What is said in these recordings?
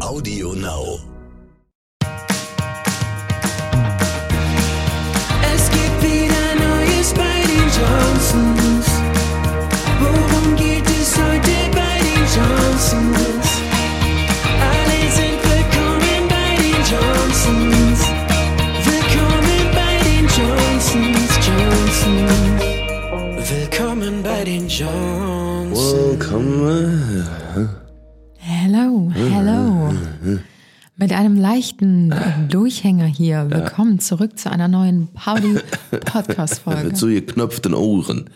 Audio Now. Es gibt wieder Neues bei den Johnsons. Worum geht es heute bei den Johnsons? Alle sind willkommen bei den Johnsons. Willkommen bei den Johnsons. Willkommen bei den Johnsons. Willkommen. Hello. Mit einem leichten Durchhänger hier. Willkommen zurück zu einer neuen Paudi-Podcast-Folge. Mit so geknöpften Ohren.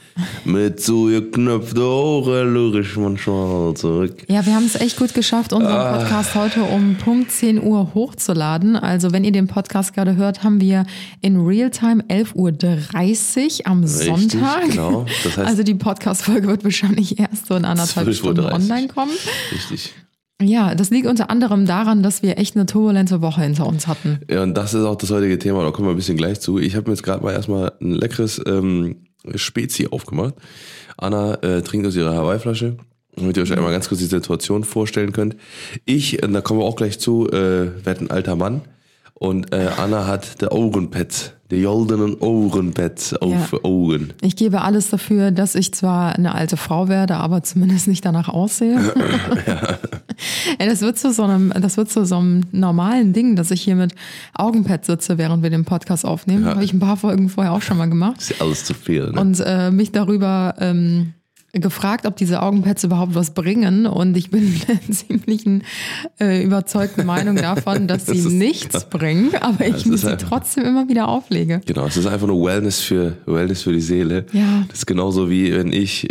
Lure ich manchmal zurück. Ja, wir haben es echt gut geschafft, unseren Podcast heute um Punkt 10 Uhr hochzuladen. Also wenn ihr den Podcast gerade hört, haben wir in Realtime 11.30 Uhr am Sonntag. Genau. Das heißt, also die Podcast-Folge wird wahrscheinlich erst so in 1,5 Stunden online kommen. Richtig. Ja, das liegt unter anderem daran, dass wir echt eine turbulente Woche hinter uns hatten. Ja, und das ist auch das heutige Thema, da kommen wir ein bisschen gleich zu. Ich habe mir jetzt gerade mal erstmal ein leckeres Spezi aufgemacht. Anna trinkt aus ihrer Hawaii-Flasche, damit ihr euch einmal ganz kurz die Situation vorstellen könnt. Da kommen wir auch gleich zu, werde ein alter Mann und Anna hat die Ohrenpads, die goldenen Ohrenpads auf Augen. Ich gebe alles dafür, dass ich zwar eine alte Frau werde, aber zumindest nicht danach aussehe. Ja. Das wird zu so einem normalen Ding, dass ich hier mit Augenpads sitze, während wir den Podcast aufnehmen. Ja. Habe ich ein paar Folgen vorher auch schon mal gemacht. Ist ja alles zu viel, ne? Und mich darüber gefragt, ob diese Augenpads überhaupt was bringen. Und ich bin der ziemlichen überzeugten Meinung davon, dass sie nichts bringen, aber ich sie trotzdem immer wieder auflege. Genau, es ist einfach nur Wellness für die Seele. Ja. Das ist genauso wie wenn ich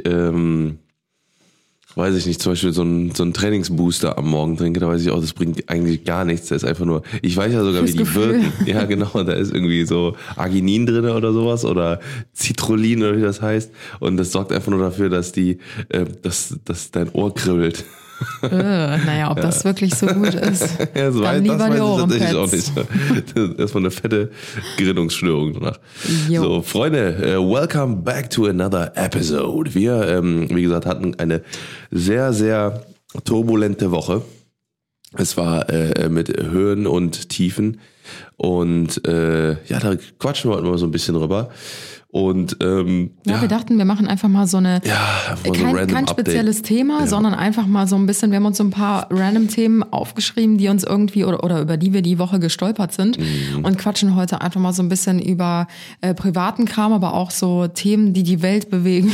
weiß ich nicht, zum Beispiel so ein Trainingsbooster am Morgen trinke, da weiß ich auch, das bringt eigentlich gar nichts. Das ist einfach nur, ich weiß ja sogar, wie die wirken. Ja, genau, da ist irgendwie so Arginin drin oder sowas oder Citrullin oder wie das heißt. Und das sorgt einfach nur dafür, dass dass dein Ohr kribbelt. Naja, ob das wirklich so gut ist. Ja, dann lieber die Ohrenpads. Auch nicht. Erstmal eine fette Gerinnungsstörung danach. So, Freunde, welcome back to another episode. Wir, wie gesagt, hatten eine sehr, sehr turbulente Woche. Es war mit Höhen und Tiefen. Und da quatschen wir heute mal so ein bisschen drüber. Und wir dachten, wir machen einfach mal so eine kein spezielles Thema, sondern einfach mal so ein bisschen, wir haben uns so ein paar random Themen aufgeschrieben, die uns irgendwie oder über die wir die Woche gestolpert sind und quatschen heute einfach mal so ein bisschen über privaten Kram, aber auch so Themen, die die Welt bewegen.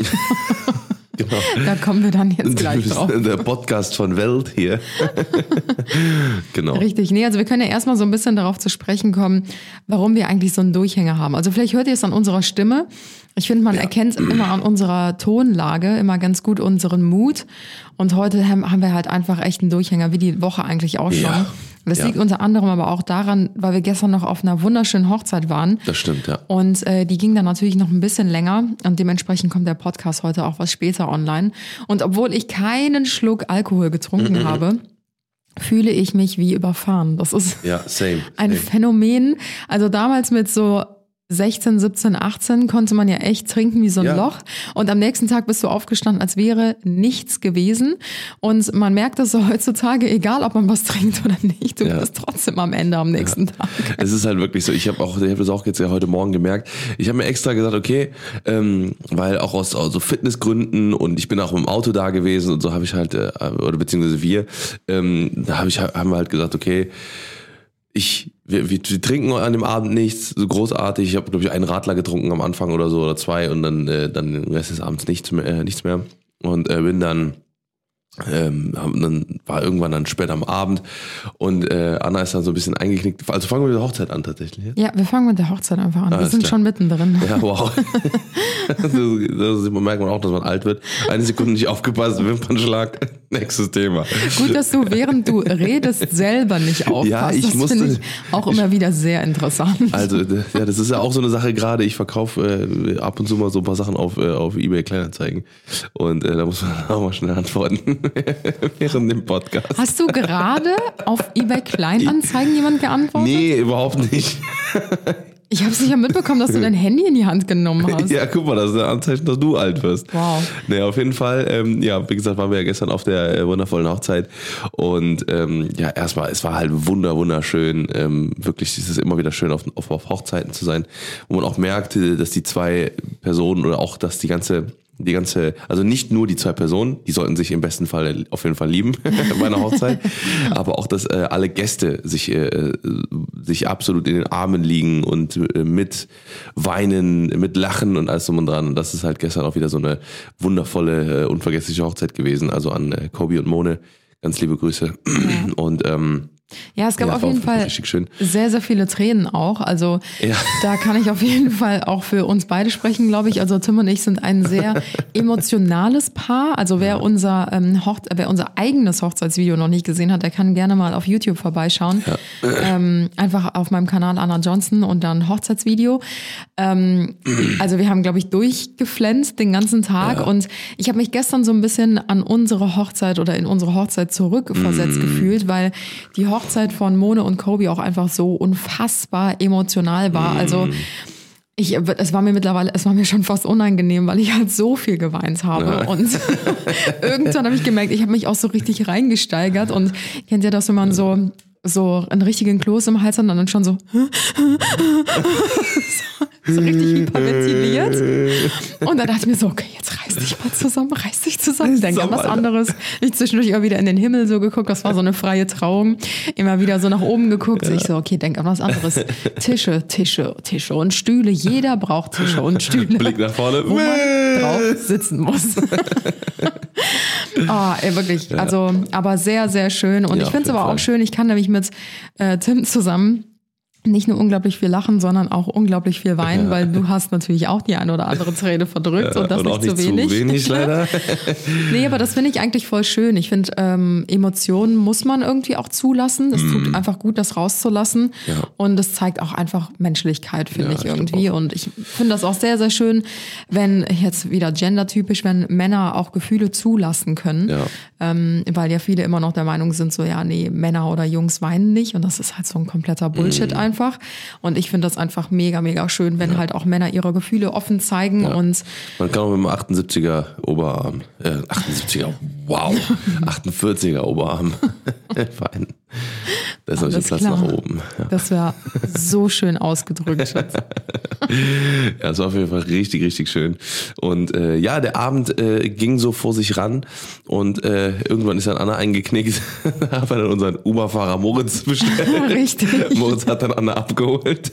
Genau. Da kommen wir dann jetzt gleich drauf. Der Podcast von Welt hier. Genau. Richtig. Nee, also wir können ja erstmal so ein bisschen darauf zu sprechen kommen, warum wir eigentlich so einen Durchhänger haben. Also vielleicht hört ihr es an unserer Stimme. Ich finde, man erkennt immer an unserer Tonlage immer ganz gut unseren Mut. Und heute haben wir halt einfach echt einen Durchhänger, wie die Woche eigentlich auch schon. Ja. Das liegt unter anderem aber auch daran, weil wir gestern noch auf einer wunderschönen Hochzeit waren. Das stimmt, ja. Und die ging dann natürlich noch ein bisschen länger und dementsprechend kommt der Podcast heute auch was später online. Und obwohl ich keinen Schluck Alkohol getrunken habe, fühle ich mich wie überfahren. Das ist ein Phänomen. Also damals mit so 16, 17, 18 konnte man ja echt trinken wie so ein Loch. Und am nächsten Tag bist du aufgestanden, als wäre nichts gewesen. Und man merkt das so heutzutage, egal ob man was trinkt oder nicht, du bist trotzdem am Ende am nächsten Tag. Es ist halt wirklich so, ich habe das auch jetzt heute Morgen gemerkt. Ich habe mir extra gesagt, okay, weil auch aus so Fitnessgründen und ich bin auch im Auto da gewesen und so habe ich halt, oder beziehungsweise wir, haben wir halt gesagt, okay, wir trinken an dem Abend nichts so großartig. Ich habe, glaube ich, einen Radler getrunken am Anfang oder so oder zwei und dann den Rest des Abends nichts mehr. Und bin dann war irgendwann dann spät am Abend und Anna ist dann so ein bisschen eingeknickt. Also fangen wir mit der Hochzeit an tatsächlich. Ja, wir fangen mit der Hochzeit einfach an. Wir sind schon mittendrin. Ja, wow. Das merkt man auch, dass man alt wird. Eine Sekunde nicht aufgepasst, Wimpernschlag, nächstes Thema. Gut, dass du, während du redest, selber nicht aufpasst. Ja, das finde ich auch immer wieder sehr interessant. Also, das ist ja auch so eine Sache gerade. Ich verkaufe ab und zu mal so ein paar Sachen auf eBay Kleinanzeigen. Und da muss man auch mal schnell antworten während dem Podcast. Hast du gerade auf eBay Kleinanzeigen jemand geantwortet? Nee, überhaupt nicht. Ich habe sicher mitbekommen, dass du dein Handy in die Hand genommen hast. Ja, guck mal, das ist ein Anzeichen, dass du alt wirst. Wow. Naja, auf jeden Fall, wie gesagt, waren wir ja gestern auf der wundervollen Hochzeit und erstmal, es war halt wunderschön, wirklich ist es immer wieder schön, auf Hochzeiten zu sein, wo man auch merkte, dass die zwei Personen oder auch, dass die ganze, also nicht nur die zwei Personen, die sollten sich im besten Fall auf jeden Fall lieben bei einer Hochzeit, aber auch, dass alle Gäste sich absolut in den Armen liegen und mit weinen, mit lachen und alles drum und dran. Und das ist halt gestern auch wieder so eine wundervolle, unvergessliche Hochzeit gewesen. Also an Kobi und Mone, ganz liebe Grüße. Ja. Und ja, es gab auf jeden Fall schön. sehr, sehr viele Tränen auch. Also da kann ich auf jeden Fall auch für uns beide sprechen, glaube ich. Also Tim und ich sind ein sehr emotionales Paar. Also wer unser eigenes Hochzeitsvideo noch nicht gesehen hat, der kann gerne mal auf YouTube vorbeischauen. Ja. Einfach auf meinem Kanal Anna Johnson und dann Hochzeitsvideo. Also wir haben, glaube ich, durchgeflänzt den ganzen Tag. Und ich habe mich gestern so ein bisschen an unsere Hochzeit oder in unsere Hochzeit zurückversetzt gefühlt, weil die Hochzeit von Mone und Kobi auch einfach so unfassbar emotional war. Also es war mir schon fast unangenehm, weil ich halt so viel geweint habe. Ja. Und irgendwann habe ich gemerkt, ich habe mich auch so richtig reingesteigert. Und kennt ihr das, wenn man so einen richtigen Kloß im Hals hat und dann schon so richtig hyperventiliert. Und dann dachte ich mir so, okay, jetzt reiß dich zusammen, denk an was anderes. Ich zwischendurch immer wieder in den Himmel so geguckt, das war so eine freie Trauung. Immer wieder so nach oben geguckt. Ja. Ich so, okay, denk an was anderes. Tische und Stühle. Jeder braucht Tische und Stühle. Blick nach vorne. Wo man drauf sitzen muss. Wirklich, also, aber sehr, sehr schön. Und ich finde es aber auch schön, ich kann nämlich mit Tim zusammen nicht nur unglaublich viel lachen, sondern auch unglaublich viel weinen, weil du hast natürlich auch die eine oder andere Träne verdrückt und das und nicht zu wenig. Zu wenig leider. Nee, aber das finde ich eigentlich voll schön. Ich finde, Emotionen muss man irgendwie auch zulassen. Das tut einfach gut, das rauszulassen. Ja. Und es zeigt auch einfach Menschlichkeit, finde ich irgendwie. Und ich finde das auch sehr, sehr schön, wenn jetzt wieder gendertypisch, wenn Männer auch Gefühle zulassen können. Ja. Weil ja viele immer noch der Meinung sind, so ja, nee, Männer oder Jungs weinen nicht. Und das ist halt so ein kompletter Bullshit einfach. Und ich finde das einfach mega, mega schön, wenn halt auch Männer ihre Gefühle offen zeigen. Ja. Und man kann auch mit einem 78er Oberarm, 48er Oberarm weinen. Da ist noch ein Platz nach oben. Ja. Das wäre so schön ausgedrückt, Schatz. Ja, es war auf jeden Fall richtig, richtig schön. Und der Abend ging so vor sich ran und irgendwann ist dann Anna eingeknickt, haben wir dann unseren Uber-Fahrer Moritz bestellt. Richtig. Moritz hat dann Anna abgeholt.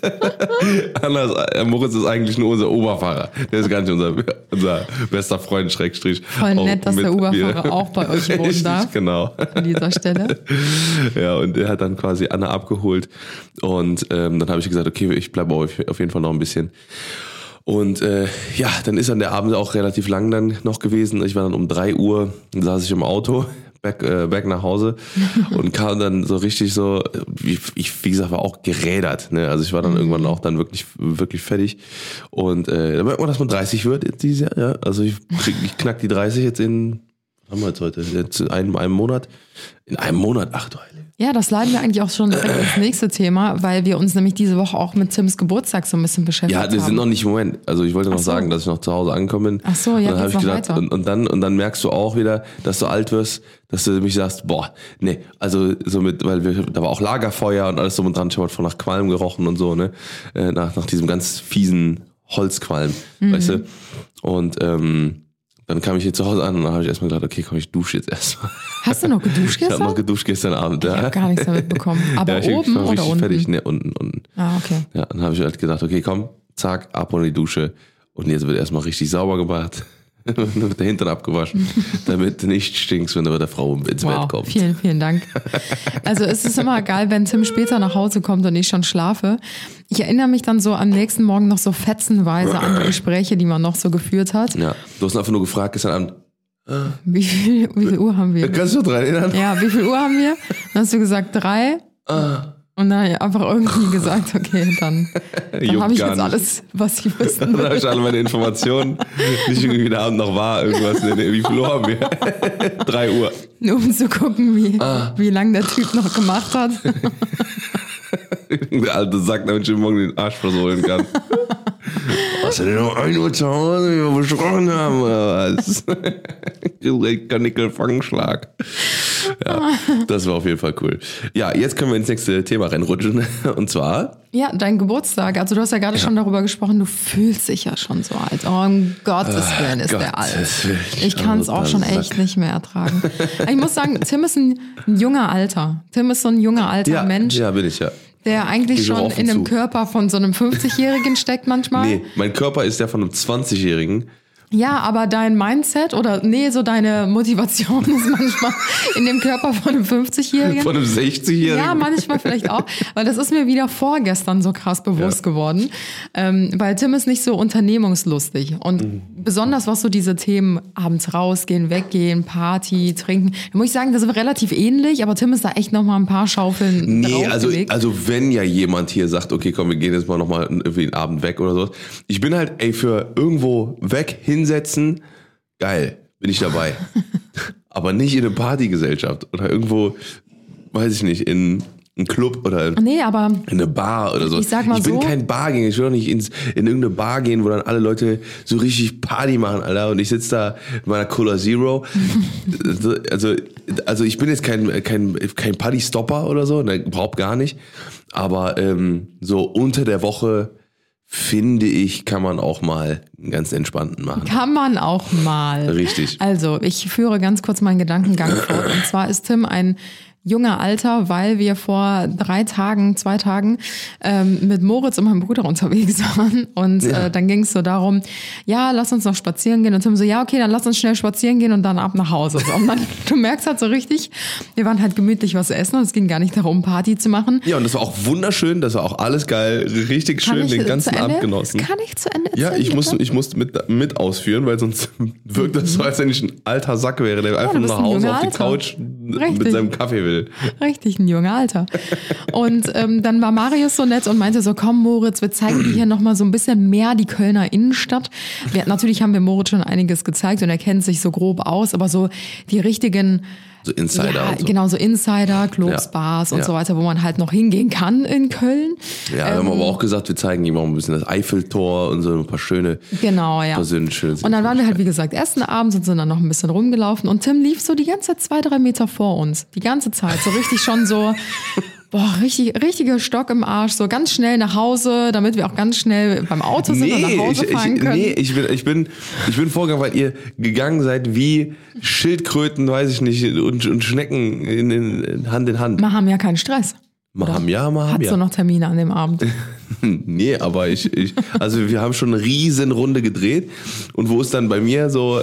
Moritz ist eigentlich nur unser Uber-Fahrer. Der ist gar nicht unser bester Freund, Schrägstrich. Voll nett, dass der Uber-Fahrer auch bei euch wohnen darf. Genau. An dieser Stelle. Ja, und er hat dann quasi Anna abgeholt und dann habe ich gesagt, okay, ich bleibe auf jeden Fall noch ein bisschen. Und dann ist dann der Abend auch relativ lang dann noch gewesen. Ich war dann um 3 Uhr, saß ich im Auto, back nach Hause und kam dann so richtig so, wie gesagt, war auch gerädert. Ne? Also ich war dann irgendwann auch dann wirklich, wirklich fertig. Und da merkt man, dass man 30 wird dieses Jahr. Ja? Also ich knack die 30 jetzt was haben wir jetzt heute? Jetzt in einem Monat. In einem Monat, ach du Heilige. Ja, das leiten wir eigentlich auch schon direkt ins nächste Thema, weil wir uns nämlich diese Woche auch mit Tims Geburtstag so ein bisschen beschäftigt haben. Ja, wir sind noch nicht im Moment. Also ich wollte noch sagen, dass ich noch zu Hause angekommen bin. Ach so, ja, und dann habe ich gedacht, weiter. Und dann merkst du auch wieder, dass du alt wirst, dass du mich sagst, boah, nee, also da war auch Lagerfeuer und alles so und dran, ich habe voll nach Qualm gerochen und so, ne, nach diesem ganz fiesen Holzqualm, weißt du, und dann kam ich hier zu Hause an und dann habe ich erstmal gedacht, okay, komm, ich dusche jetzt erstmal. Hast du noch geduscht gestern? Ich habe noch geduscht gestern Abend, ja. Ich habe gar nichts damit bekommen. Aber ja, oben oder unten? Fertig, ne, unten. Ah, okay. Ja, dann habe ich halt gedacht, okay, komm, zack, ab unter die Dusche und jetzt wird erstmal richtig sauber gemacht. Dann wird der Hintern abgewaschen, damit du nicht stinkst, wenn du bei der Frau ins Bett kommst. Vielen, vielen Dank. Also es ist immer geil, wenn Tim später nach Hause kommt und ich schon schlafe. Ich erinnere mich dann so am nächsten Morgen noch so fetzenweise an die Gespräche, die man noch so geführt hat. Ja, du hast einfach nur gefragt gestern Abend, wie viel Uhr haben wir? Kannst du noch dran erinnern? Ja, wie viel Uhr haben wir? Dann hast du gesagt 3. Und dann habe ich einfach irgendwie gesagt, okay, dann habe ich jetzt alles, was ich wissen will. Dann habe ich alle meine Informationen, nicht irgendwie wie der Abend noch war, irgendwas, wie viel Uhr haben wir? 3 Uhr. Nur um zu gucken, wie lange der Typ noch gemacht hat. Der alte Sack, damit ich mir morgen den Arsch versohlen kann. Hast du denn noch 1 Uhr zu Hause, wie wir besprochen haben, oder was? Kanickel-Fangschlag. Ja, das war auf jeden Fall cool. Ja, jetzt können wir ins nächste Thema reinrutschen. Und zwar... Ja, dein Geburtstag. Also du hast ja gerade schon darüber gesprochen, du fühlst dich ja schon so alt. Oh, um Gottes Willen ist der alt. Ich kann es auch schon echt nicht mehr ertragen. Ich muss sagen, Tim ist ein junger Alter. Tim ist so ein junger alter Mensch. Ja, bin ich, ja. Der eigentlich schon in einem Körper von so einem 50-Jährigen steckt manchmal. Nee, mein Körper ist der von einem 20-Jährigen. Ja, aber dein Mindset so deine Motivation ist manchmal in dem Körper von einem 50-Jährigen. Von einem 60-Jährigen? Ja, manchmal vielleicht auch. Weil das ist mir wieder vorgestern so krass bewusst geworden. Weil Tim ist nicht so unternehmungslustig. Und besonders was so diese Themen abends rausgehen, weggehen, Party, trinken. Da muss ich sagen, das ist relativ ähnlich, aber Tim ist da echt nochmal ein paar Schaufeln draufgelegt. Also wenn ja jemand hier sagt, okay, komm, wir gehen jetzt mal nochmal irgendwie einen Abend weg oder so. Ich bin halt, für irgendwo weg, hinsetzen, geil, bin ich dabei. Aber nicht in eine Partygesellschaft oder irgendwo, weiß ich nicht, in einen Club oder in eine Bar oder so. Ich sag mal ich bin kein Bargänger, ich will doch nicht in irgendeine Bar gehen, wo dann alle Leute so richtig Party machen, Alter, und ich sitze da mit meiner Cola Zero. Also ich bin jetzt kein Party-Stopper oder so, ne, überhaupt gar nicht. Aber so unter der Woche, finde ich, kann man auch mal einen ganz entspannten machen. Kann man auch mal. Richtig. Also, ich führe ganz kurz meinen Gedankengang fort. Und zwar ist Tim ein junger Alter, weil wir vor 2 Tagen mit Moritz und meinem Bruder unterwegs waren. Und dann ging es so darum, ja, lass uns noch spazieren gehen. Und Tim so, ja, okay, dann lass uns schnell spazieren gehen und dann ab nach Hause. So, und dann, du merkst halt so richtig, wir waren halt gemütlich was essen und es ging gar nicht darum, Party zu machen. Ja, und das war auch wunderschön, das war auch alles geil, richtig schön den ganzen Abend genossen. Kann ich zu Ende erzählen? Ja, ich musste mit ausführen, weil sonst wirkt das so, als wenn ich ein alter Sack wäre, der einfach nur nach Hause auf die Couch mit seinem Kaffee will. Richtig, ein junger Alter. Und dann war Marius so nett und meinte so, komm Moritz, wir zeigen dir hier nochmal so ein bisschen mehr die Kölner Innenstadt. Natürlich haben wir Moritz schon einiges gezeigt und er kennt sich so grob aus, aber so die richtigen... So Insider. Ja, und so. Genau, so Insider, Clubs, Bars und so weiter, wo man halt noch hingehen kann in Köln. Ja, wir haben aber auch gesagt, wir zeigen ihm auch ein bisschen das Eiffeltor und so ein paar schöne persönliche schöne. Und dann waren wir halt, wie gesagt, essen abends und sind dann noch ein bisschen rumgelaufen und Tim lief so die ganze Zeit 2-3 Meter vor uns. Die ganze Zeit. So richtig schon so... richtiger Stock im Arsch, so ganz schnell nach Hause, damit wir auch ganz schnell beim Auto sind und nach Hause fahren können. Nee, ich bin vorgegangen, weil ihr gegangen seid wie Schildkröten, weiß ich nicht, und Schnecken in Hand in Hand. Wir haben ja keinen Stress. Hast du noch Termine an dem Abend? Nee, aber also wir haben schon eine riesen Runde gedreht und wo ist dann bei mir so,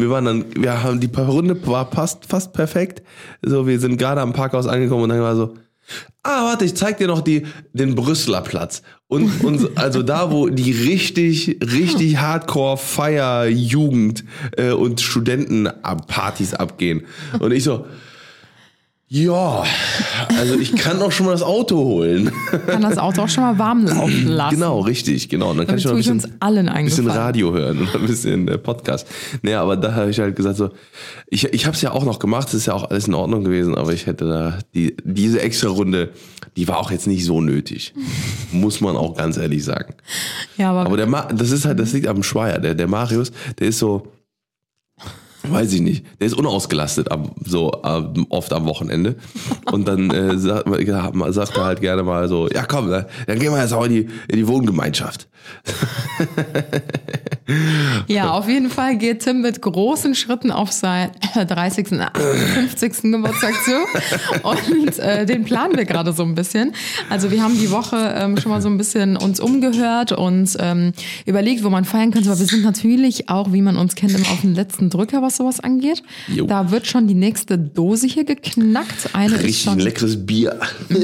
die Runde war fast perfekt, so wir sind gerade am Parkhaus angekommen und dann war so, warte, ich zeig dir noch den Brüsseler Platz. Und also da, wo die richtig Hardcore Feier-Jugend und Studentenpartys abgehen. Und ich so, ja, also ich kann auch schon mal das Auto holen. Kann das Auto auch schon mal warm laufen lassen. Genau, richtig, genau. Und dann kann ich noch ein bisschen Radio hören und ein bisschen Podcast. Naja, aber da habe ich halt gesagt so, ich habe es ja auch noch gemacht, das ist ja auch alles in Ordnung gewesen, aber ich hätte da diese extra Runde, die war auch jetzt nicht so nötig. Muss man auch ganz ehrlich sagen. Ja, aber das liegt am Schweier. Der Marius, der ist so, weiß ich nicht. Der ist unausgelastet oft am Wochenende. Und dann sagt er halt gerne mal so, ja komm, dann gehen wir jetzt auch in die Wohngemeinschaft. Ja, auf jeden Fall geht Tim mit großen Schritten auf sein 30., 50. Geburtstag zu. Und den planen wir gerade so ein bisschen. Also wir haben die Woche schon mal so ein bisschen uns umgehört und überlegt, wo man feiern könnte. Aber wir sind natürlich auch, wie man uns kennt, immer auf den letzten Drücker, was sowas angeht. Jo. Da wird schon die nächste Dose hier geknackt. Richtig ein leckeres Bier.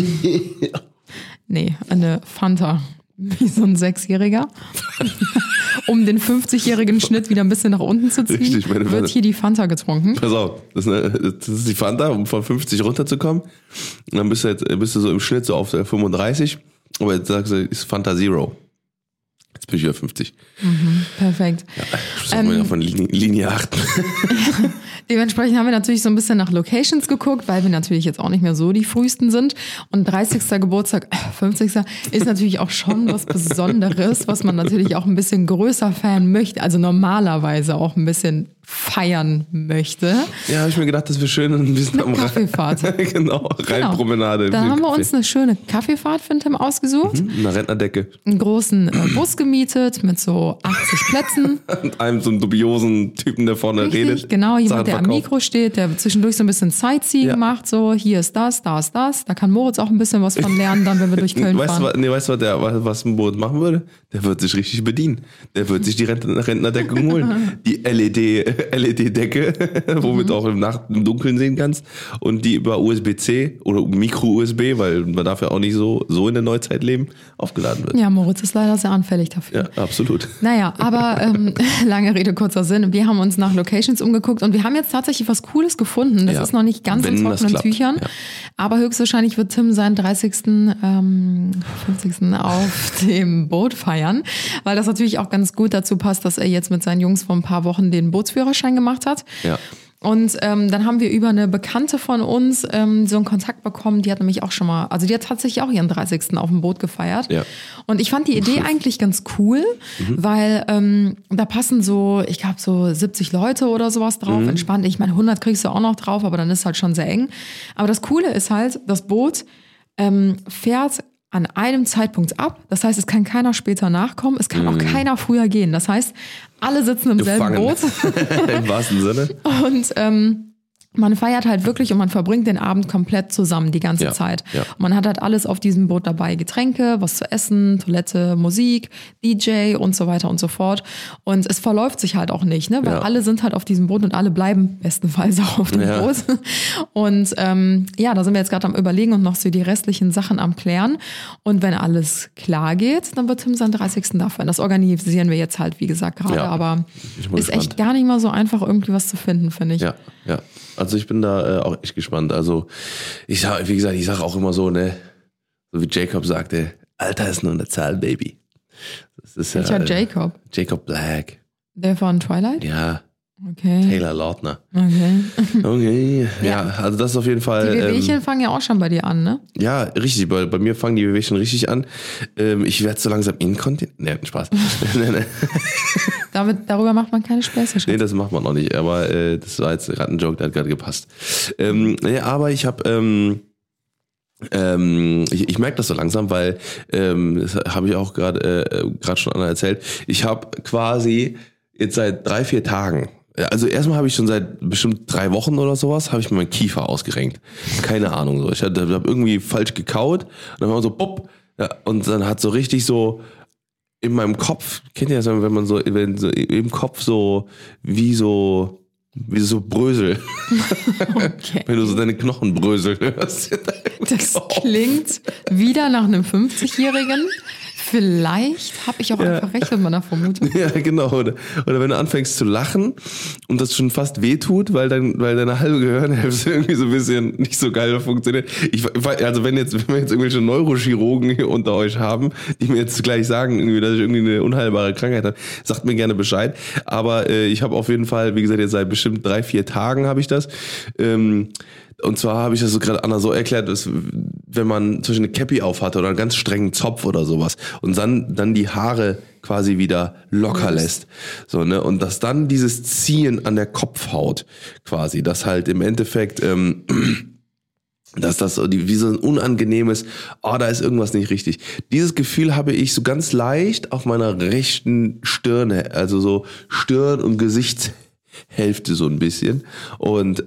Nee, eine Fanta. Wie so ein 6-Jähriger. Um den 50-jährigen Schnitt wieder ein bisschen nach unten zu ziehen, richtig, wird hier die Fanta getrunken. Pass auf, das ist die Fanta, um von 50 runterzukommen. Und dann bist du so im Schnitt so auf 35. Aber jetzt sagst du, ist Fanta Zero. Jetzt bin ich über 50. Perfekt. Soll man ja von Linie achten. Dementsprechend haben wir natürlich so ein bisschen nach Locations geguckt, weil wir natürlich jetzt auch nicht mehr so die frühesten sind. Und 30. Geburtstag, 50. ist natürlich auch schon was Besonderes, was man natürlich auch ein bisschen größer feiern möchte. Also normalerweise auch ein bisschen feiern möchte. Ja, habe ich mir gedacht, das wäre schön ein bisschen am Kaffeefahrt. Genau, Rheinpromenade. Da haben wir uns eine schöne Kaffeefahrt für den Tim ausgesucht. Eine Rentnerdecke. Einen großen Bus gemietet mit so 80 Plätzen. Und einem so einen dubiosen Typen, der vorne redet. Genau, jemand, der am Sachen Mikro steht, der zwischendurch so ein bisschen Sightseeing macht, so hier ist das, da ist das. Da kann Moritz auch ein bisschen was von lernen, dann wenn wir durch Köln fahren. Weißt du, was ein Boot machen würde? Der wird sich richtig bedienen. Der wird sich die Rentnerdecke holen. Die LED-Decke, womit du auch im Dunkeln sehen kannst. Und die über USB-C oder Micro-USB, weil man darf ja auch nicht so in der Neuzeit leben, aufgeladen wird. Ja, Moritz ist leider sehr anfällig dafür. Ja, absolut. Naja, aber lange Rede, kurzer Sinn. Wir haben uns nach Locations umgeguckt und wir haben jetzt tatsächlich was Cooles gefunden. Das ist noch nicht ganz in trockenen Tüchern. Ja. Aber höchstwahrscheinlich wird Tim seinen 30. 50. auf dem Boot feiern, weil das natürlich auch ganz gut dazu passt, dass er jetzt mit seinen Jungs vor ein paar Wochen den Bootsführerschein gemacht hat. Ja. Und dann haben wir über eine Bekannte von uns so einen Kontakt bekommen, die hat nämlich auch schon mal, also die hat tatsächlich auch ihren 30. auf dem Boot gefeiert. Ja. Und ich fand die Idee eigentlich ganz cool, weil da passen so, ich glaube so 70 Leute oder sowas drauf, entspannt. Ich meine, 100 kriegst du auch noch drauf, aber dann ist halt schon sehr eng. Aber das Coole ist halt, das Boot fährt an einem Zeitpunkt ab. Das heißt, es kann keiner später nachkommen. Es kann auch keiner früher gehen. Das heißt, alle sitzen im selben Boot. Im wahrsten Sinne. Und man feiert halt wirklich und man verbringt den Abend komplett zusammen die ganze Zeit. Ja. Und man hat halt alles auf diesem Boot dabei. Getränke, was zu essen, Toilette, Musik, DJ und so weiter und so fort. Und es verläuft sich halt auch nicht, ne? Weil alle sind halt auf diesem Boot und alle bleiben bestenfalls auch auf dem Boot. Und da sind wir jetzt gerade am Überlegen und noch so die restlichen Sachen am Klären. Und wenn alles klar geht, dann wird Tim seinen 30. da feiern. Das organisieren wir jetzt halt, wie gesagt, gerade. Ja. Aber ist echt gar nicht mal so einfach, irgendwie was zu finden, finde ich. Ja. Also ich bin da auch echt gespannt. Also ich sage auch immer so, ne, so wie Jacob sagte, Alter ist nur eine Zahl, Baby. Das ist Welcher Jacob? Jacob Black. Der von Twilight? Ja. Okay. Taylor Lautner. Okay. Ja, also das ist auf jeden Fall. Die Wehwehchen fangen ja auch schon bei dir an, ne? Ja, richtig. Bei mir fangen die Wehwehchen richtig an. Ich werde so langsam inkontinent. Ne, Spaß. Darüber macht man keine Späße. Nee, das macht man noch nicht. Aber das war jetzt gerade ein Joke, der hat gerade gepasst. Aber ich habe ich merke das so langsam, weil das habe ich auch gerade schon anderen erzählt. Ich habe quasi jetzt seit 3-4 Tagen, also erstmal habe ich schon seit bestimmt 3 Wochen oder sowas, habe ich mir meinen Kiefer ausgerenkt. Keine Ahnung so. Ich habe irgendwie falsch gekaut und dann war so pop, ja, und dann hat so richtig so in meinem Kopf, kennt ihr das, wenn so im Kopf so wie so Brösel. Okay. Wenn du so deine Knochen bröseln hörst. Das klingt wieder nach einem 50-Jährigen. Vielleicht habe ich auch einfach recht mit meiner Vermutung. Ja, genau. Oder wenn du anfängst zu lachen und das schon fast wehtut, weil deine halbe Gehirnhälfte irgendwie so ein bisschen nicht so geil funktioniert. Also wenn wir jetzt irgendwelche Neurochirurgen hier unter euch haben, die mir jetzt gleich sagen, irgendwie, dass ich irgendwie eine unheilbare Krankheit habe, sagt mir gerne Bescheid. Aber ich habe auf jeden Fall, wie gesagt, jetzt seit bestimmt 3-4 Tagen habe ich das. Und zwar habe ich das so gerade Anna so erklärt, dass wenn man zum Beispiel eine Cappy auf hatte oder einen ganz strengen Zopf oder sowas und dann die Haare quasi wieder locker lässt, so, ne, und dass dann dieses Ziehen an der Kopfhaut quasi, das halt im Endeffekt dass das so wie so ein unangenehmes, da ist irgendwas nicht richtig. Dieses Gefühl habe ich so ganz leicht auf meiner rechten Stirn, also so Stirn- und Gesichtshälfte so ein bisschen. Und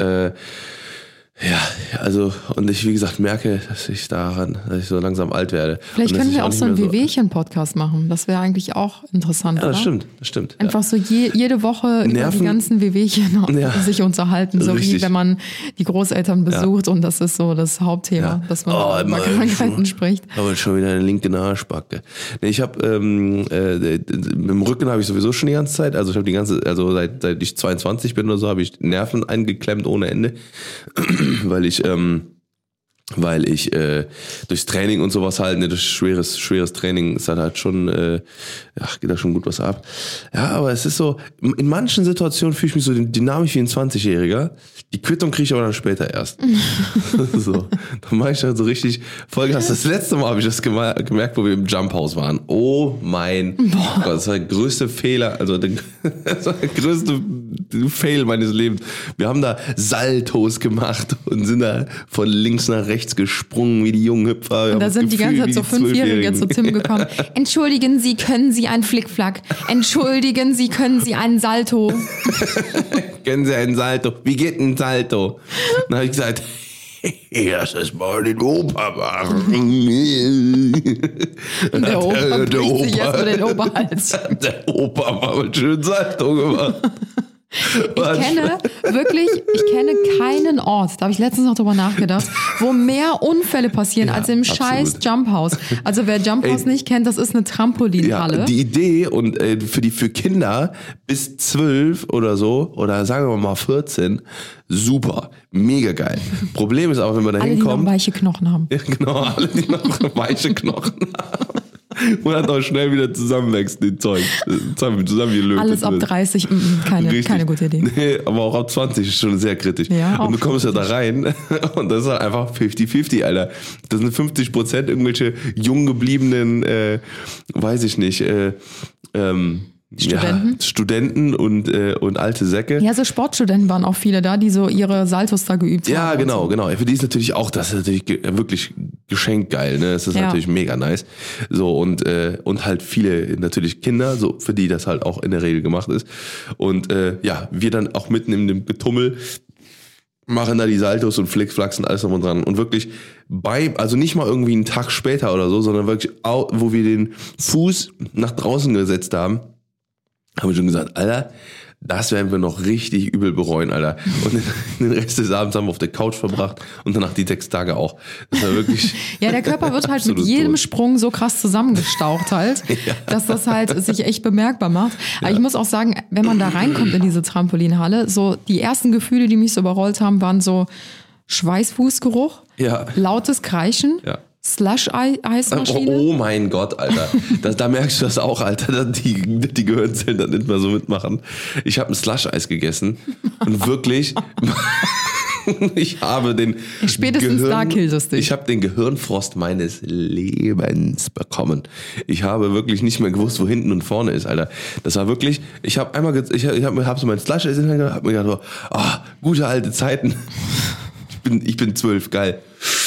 also, und ich, wie gesagt, merke, dass ich so langsam alt werde. Vielleicht können wir auch so einen Wehwehchen-Podcast machen. Das wäre eigentlich auch interessant, ja, das oder? Das stimmt. Einfach so jede Woche über die ganzen Wehwehchen sich unterhalten. So richtig. Wie wenn man die Großeltern besucht und das ist so das Hauptthema, dass man über Krankheiten spricht. Aber schon wieder eine linke Arschbacke. Nee, ich habe, mit dem Rücken habe ich sowieso schon die ganze Zeit, also ich habe seit ich 22 bin oder so, habe ich Nerven eingeklemmt ohne Ende. Weil ich weil ich durchs Training und sowas halt, durch schweres Training ist halt schon, geht da schon gut was ab. Ja, aber es ist so, in manchen Situationen fühle ich mich so dynamisch wie ein 20-Jähriger. Die Quittung kriege ich aber dann später erst. So, dann mache ich halt so richtig Vollgas. Das letzte Mal habe ich das gemerkt, wo wir im Jump House waren. Oh mein Gott, das war der größte Fehler, also das war der größte Fail meines Lebens. Wir haben da Saltos gemacht und sind da von links nach rechts gesprungen wie die jungen Hüpfer. Und da sind die ganze Zeit so 5-Jährige zu Tim gekommen. Entschuldigen Sie, können Sie einen Flickflack? Entschuldigen Sie, können Sie einen Salto? Können Sie einen Salto? Wie geht ein Salto? Dann habe ich gesagt, lass es mal den Opa machen. Und der Opa bricht sich erst mal den Oberhals. Der Opa mal einen schönen Salto gemacht. Ich kenne keinen Ort, da habe ich letztens noch drüber nachgedacht, wo mehr Unfälle passieren als im scheiß Jump House. Also wer Jump House nicht kennt, das ist eine Trampolinhalle. Ja, die Idee und für Kinder bis 12 oder so, oder sagen wir mal 14, super, mega geil. Problem ist aber, wenn man da hinkommt. Alle, die noch weiche Knochen haben. Ja, genau, alle, die noch weiche Knochen haben. Und dann auch schnell wieder zusammenwächst, den Zeug. Zusammengelötet. Alles ab 30, keine gute Idee. Nee, aber auch ab 20 ist schon sehr kritisch. Ja, und du kommst ja da rein und das ist halt einfach 50-50, Alter. Das sind 50% irgendwelche jung gebliebenen, weiß ich nicht, Studenten und alte Säcke. Ja, so Sportstudenten waren auch viele da, die so ihre Saltos da geübt haben. Ja, genau. Für die ist natürlich auch, das ist natürlich wirklich geschenkgeil, ne? Das ist natürlich mega nice. So, und halt viele natürlich Kinder, so, für die das halt auch in der Regel gemacht ist. Und wir dann auch mitten in dem Getummel machen da die Saltos und Flickflacks und alles drum und dran. Und wirklich also nicht mal irgendwie einen Tag später oder so, sondern wirklich, wo wir den Fuß nach draußen gesetzt haben, haben wir schon gesagt, Alter, das werden wir noch richtig übel bereuen, Alter. Und den Rest des Abends haben wir auf der Couch verbracht und danach die 6 Tage auch. Das war wirklich. Ja, der Körper wird halt mit jedem Sprung so krass zusammengestaucht halt, dass das halt sich echt bemerkbar macht. Aber ich muss auch sagen, wenn man da reinkommt in diese Trampolinhalle, so die ersten Gefühle, die mich so überrollt haben, waren so Schweißfußgeruch, lautes Kreischen. Ja. Slush-Eismaschine. Oh mein Gott, Alter. Da merkst du das auch, Alter, dass die Gehirnzellen dann nicht mehr so mitmachen. Ich habe ein Slush-Eis gegessen und wirklich, ich habe da killt es dich. Ich habe den Gehirnfrost meines Lebens bekommen. Ich habe wirklich nicht mehr gewusst, wo hinten und vorne ist, Alter. Das war wirklich, ich habe hab so mein Slush-Eis in der Hand, hab mir gedacht, gute alte Zeiten. Ich bin 12, geil.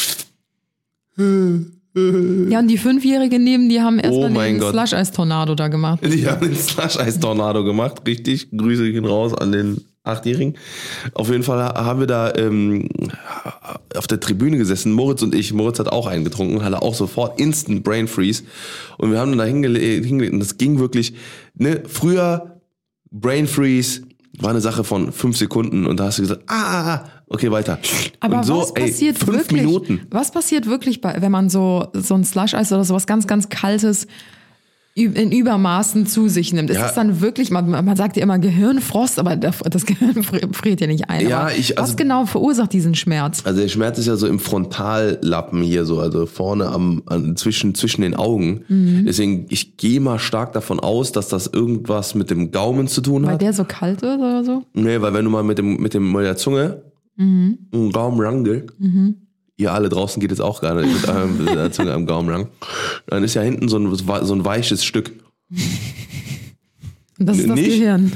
Ja, und die 5-Jährigen neben, die haben erstmal den Slush-Eis-Tornado da gemacht. Die haben den Slush-Eis-Tornado gemacht, richtig. Grüße gehen raus an den 8-Jährigen. Auf jeden Fall haben wir da auf der Tribüne gesessen, Moritz und ich. Moritz hat auch einen getrunken, hatte auch sofort Instant Brain Freeze. Und wir haben dann da hingelegt und das ging wirklich, ne, früher Brain Freeze war eine Sache von 5 Sekunden und da hast du gesagt, okay, weiter. Aber und so, was passiert 5 Minuten. Was passiert wirklich, wenn man so ein Slush-Eis oder sowas ganz, ganz Kaltes in Übermaßen zu sich nimmt? Ist das dann wirklich, man sagt ja immer Gehirnfrost, aber das Gehirn friert ja nicht ein. Ja, was genau verursacht diesen Schmerz? Also der Schmerz ist ja so im Frontallappen hier so, also vorne zwischen den Augen. Mhm. Deswegen, ich gehe mal stark davon aus, dass das irgendwas mit dem Gaumen zu tun hat. Weil der so kalt ist oder so? Nee, weil wenn du mal mit der Zunge einen Gaumen rangelst, ihr alle draußen geht jetzt auch gerade mit der Zunge am Gaumen lang, dann ist ja hinten so ein weiches Stück. Und das ist das Gehirn.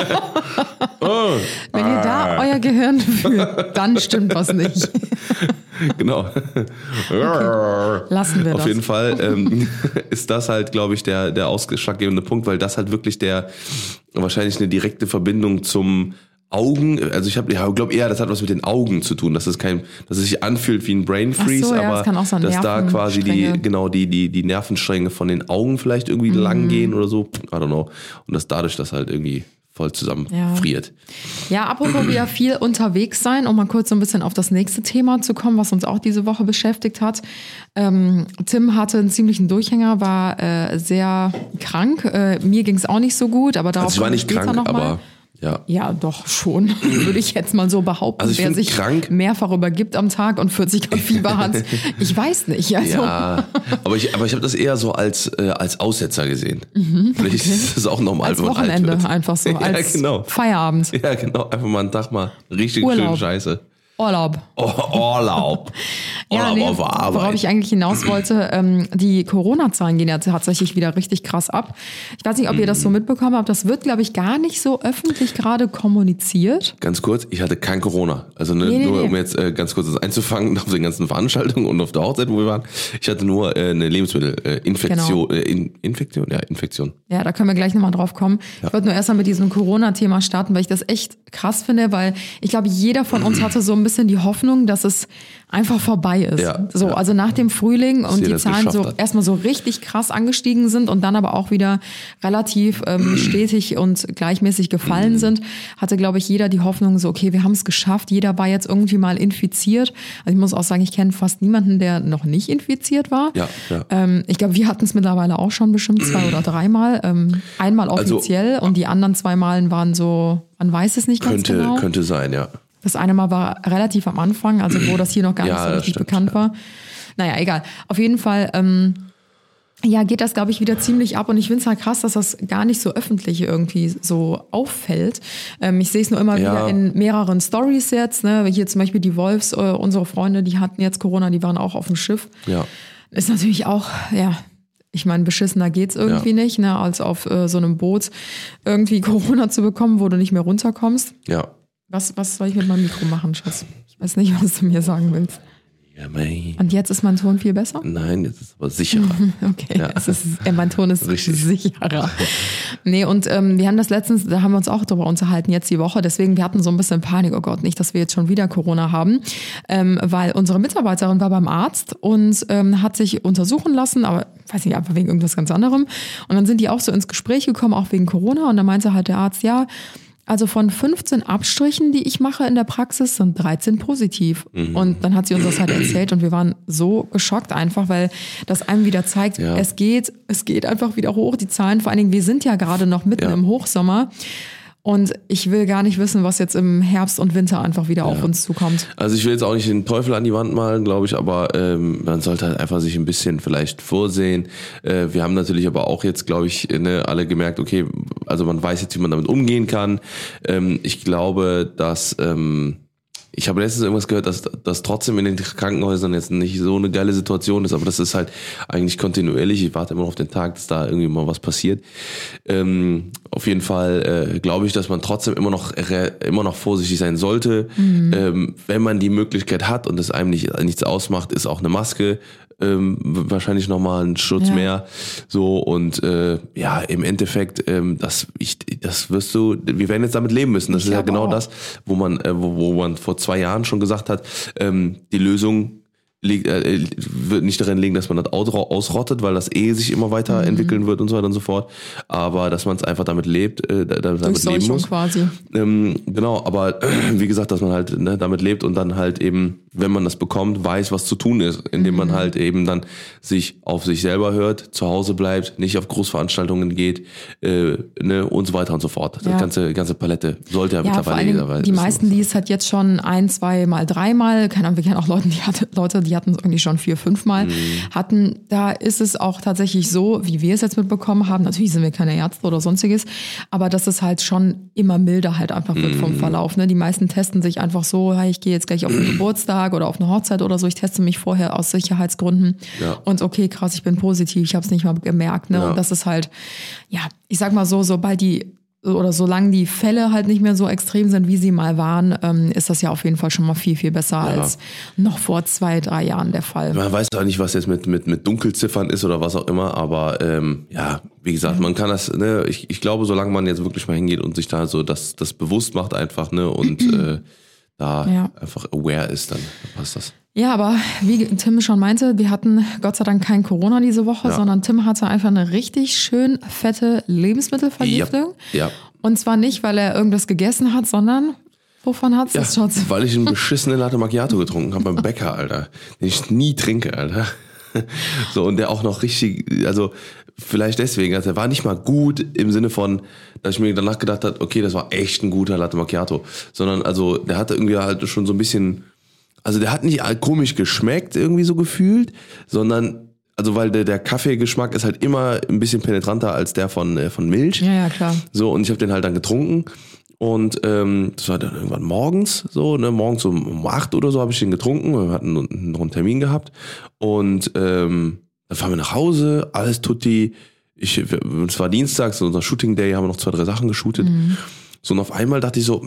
Wenn ihr da euer Gehirn fühlt, dann stimmt was nicht. Genau. Okay. Lassen wir das. Auf jeden Fall ist das halt, glaube ich, der ausschlaggebende Punkt, weil das halt wirklich wahrscheinlich eine direkte Verbindung zum Augen, also ich glaube eher, das hat was mit den Augen zu tun, dass es sich anfühlt wie ein Brain Freeze, aber das kann auch so dass da quasi die Nervenstränge von den Augen vielleicht irgendwie lang gehen oder so, I don't know, und dass dadurch das halt irgendwie voll zusammenfriert. Ja, apropos wieder viel unterwegs sein, um mal kurz so ein bisschen auf das nächste Thema zu kommen, was uns auch diese Woche beschäftigt hat. Tim hatte einen ziemlichen Durchhänger, war sehr krank. Mir ging es auch nicht so gut, aber darauf also ich war nicht krank, aber Ja, doch schon, würde ich jetzt mal so behaupten. Also ich wer find sich krank- mehrfach übergibt am Tag und 40 Grad Fieber hat, ich weiß nicht. Also. Ja, aber ich habe das eher so als Aussetzer gesehen. Vielleicht ist das auch normal, Als wenn man alt Wochenende wird. einfach so, Ja, als genau. Feierabend, Ja, genau. Einfach mal einen Tag mal richtig Urlaub. schön Scheiße. Urlaub. Urlaub. Ja, Urlaub nee, auf der Arbeit. worauf ich eigentlich hinaus wollte, die Corona-Zahlen gehen ja tatsächlich wieder richtig krass ab. Ich weiß nicht, ob ihr das so mitbekommen habt. Das wird, glaube ich, gar nicht so öffentlich gerade kommuniziert. Ganz kurz, ich hatte kein Corona. Also nur um jetzt ganz kurz das einzufangen auf den ganzen Veranstaltungen und auf der Hochzeit, wo wir waren. Ich hatte nur eine Lebensmittelinfektion. Infektion. Ja, da können wir gleich nochmal drauf kommen. Ich wollte nur erstmal mit diesem Corona-Thema starten, weil ich das echt krass finde, weil ich glaube, jeder von uns hatte so ein bisschen die Hoffnung, dass es einfach vorbei ist. Ja, so, ja. also nach dem Frühling und jeder die es Zahlen geschafft so hat. erstmal so richtig krass angestiegen sind und dann aber auch wieder relativ stetig und gleichmäßig gefallen sind, hatte, glaube ich, jeder die Hoffnung so, okay, wir haben es geschafft. Jeder war jetzt irgendwie mal infiziert. Also ich muss auch sagen, ich kenne fast niemanden, der noch nicht infiziert war. Ja. Ich glaube, wir hatten es mittlerweile auch schon bestimmt 2 oder 3 Mal. Einmal offiziell und die anderen 2 Malen waren so, man weiß es nicht ganz genau. Könnte sein, ja. Das eine Mal war relativ am Anfang, also wo das hier noch gar nicht Ja, so das richtig stimmt, bekannt war. Naja, egal. Auf jeden Fall geht das, glaube ich, wieder ziemlich ab. Und ich finde es halt krass, dass das gar nicht so öffentlich irgendwie so auffällt. Ich sehe es nur immer wieder in mehreren Stories jetzt. Ne? Hier zum Beispiel die Wolfs, unsere Freunde, die hatten jetzt Corona, die waren auch auf dem Schiff. Ja. Ist natürlich auch, ich meine, beschissener geht's irgendwie nicht, ne, als auf so einem Boot irgendwie Corona zu bekommen, wo du nicht mehr runterkommst. Ja. Was soll ich mit meinem Mikro machen, Schatz? Ich weiß nicht, was du mir sagen willst. Ja, mei. Und jetzt ist mein Ton viel besser? Nein, jetzt ist es aber sicherer. Okay, Ja. mein Ton ist Richtig. sicherer. Nee, und wir haben das letztens, da haben wir uns auch darüber unterhalten, jetzt die Woche. Deswegen, wir hatten so ein bisschen Panik, oh Gott, nicht, dass wir jetzt schon wieder Corona haben. Weil unsere Mitarbeiterin war beim Arzt und hat sich untersuchen lassen, aber weiß nicht, einfach wegen irgendwas ganz anderem. Und dann sind die auch so ins Gespräch gekommen, auch wegen Corona. Und dann meinte halt der Arzt, ja, also von 15 Abstrichen, die ich mache in der Praxis, sind 13 positiv. Und dann hat sie uns das halt erzählt und wir waren so geschockt einfach, weil das einem wieder zeigt, es geht einfach wieder hoch, die Zahlen. Vor allen Dingen, wir sind ja gerade noch mitten im Hochsommer. Und ich will gar nicht wissen, was jetzt im Herbst und Winter einfach wieder auf uns zukommt. Also ich will jetzt auch nicht den Teufel an die Wand malen, glaube ich, aber man sollte halt einfach sich ein bisschen vielleicht vorsehen. Wir haben natürlich aber auch jetzt, glaube ich, alle gemerkt, okay, also man weiß jetzt, wie man damit umgehen kann. Ich glaube, dass ich habe letztens irgendwas gehört, dass trotzdem in den Krankenhäusern jetzt nicht so eine geile Situation ist, aber das ist halt eigentlich kontinuierlich. Ich warte immer noch auf den Tag, dass da irgendwie mal was passiert. Auf jeden Fall glaube ich, dass man trotzdem immer noch vorsichtig sein sollte. Wenn man die Möglichkeit hat und es einem nichts ausmacht, ist auch eine Maske wahrscheinlich nochmal ein Schutz mehr. So und im Endeffekt, das wirst du, wir werden jetzt damit leben müssen. Das ist ja genau das, wo man vor 2 Jahren schon gesagt hat, die Lösung wird nicht darin liegen, dass man das Auto ausrottet, weil das sich immer weiter entwickeln wird und so weiter und so fort. Aber dass man es einfach damit lebt, damit leben muss. Quasi. Genau, aber wie gesagt, dass man halt damit lebt und dann halt eben, wenn man das bekommt, weiß, was zu tun ist, indem man halt eben dann sich auf sich selber hört, zu Hause bleibt, nicht auf Großveranstaltungen geht, und so weiter und so fort. Die ganze Palette sollte ja mittlerweile jeder weiß. Die meisten, die es halt jetzt schon 1, 2 Mal, 3 Mal, keine Ahnung, wir kennen auch Leute, die hatten es irgendwie schon 4, 5 Mal hatten. Da ist es auch tatsächlich so, wie wir es jetzt mitbekommen haben. Natürlich sind wir keine Ärzte oder sonstiges, aber dass es halt schon immer milder halt einfach wird vom Verlauf. Ne? Die meisten testen sich einfach so, hey, ich gehe jetzt gleich auf einen Geburtstag oder auf eine Hochzeit oder so. Ich teste mich vorher aus Sicherheitsgründen. Ja. Und okay, krass, ich bin positiv. Ich habe es nicht mal gemerkt. Ne? Ja. Und das ist halt, ich sag mal so, solange die Fälle halt nicht mehr so extrem sind, wie sie mal waren, ist das ja auf jeden Fall schon mal viel, viel besser als noch vor 2, 3 Jahren der Fall. Man weiß auch nicht, was jetzt mit Dunkelziffern ist oder was auch immer, aber wie gesagt, man kann das, ich glaube, solange man jetzt wirklich mal hingeht und sich da so das bewusst macht einfach, und einfach aware ist, dann passt das. Ja, aber wie Tim schon meinte, wir hatten Gott sei Dank kein Corona diese Woche, sondern Tim hatte einfach eine richtig schön fette Lebensmittelvergiftung. Ja. Und zwar nicht, weil er irgendwas gegessen hat, sondern wovon hat's das, Schatz? Weil ich einen beschissenen Latte Macchiato getrunken habe beim Bäcker, Alter. Den ich nie trinke, Alter. So, und der auch noch richtig, also vielleicht deswegen, also er war nicht mal gut im Sinne von, dass ich mir danach gedacht habe, okay, das war echt ein guter Latte Macchiato, sondern also der hatte irgendwie halt schon so ein bisschen, also der hat nicht komisch geschmeckt irgendwie so gefühlt, sondern also weil der Kaffeegeschmack ist halt immer ein bisschen penetranter als der von Milch. Ja, klar. So, und ich habe den halt dann getrunken und das war dann irgendwann morgens so, ne, morgens um 8 oder so habe ich den getrunken, wir hatten noch einen Termin gehabt und dann fahren wir nach Hause, alles tutti. Es war Dienstag, so unser Shooting Day, haben wir noch 2, 3 Sachen geshootet. So, und auf einmal dachte ich so,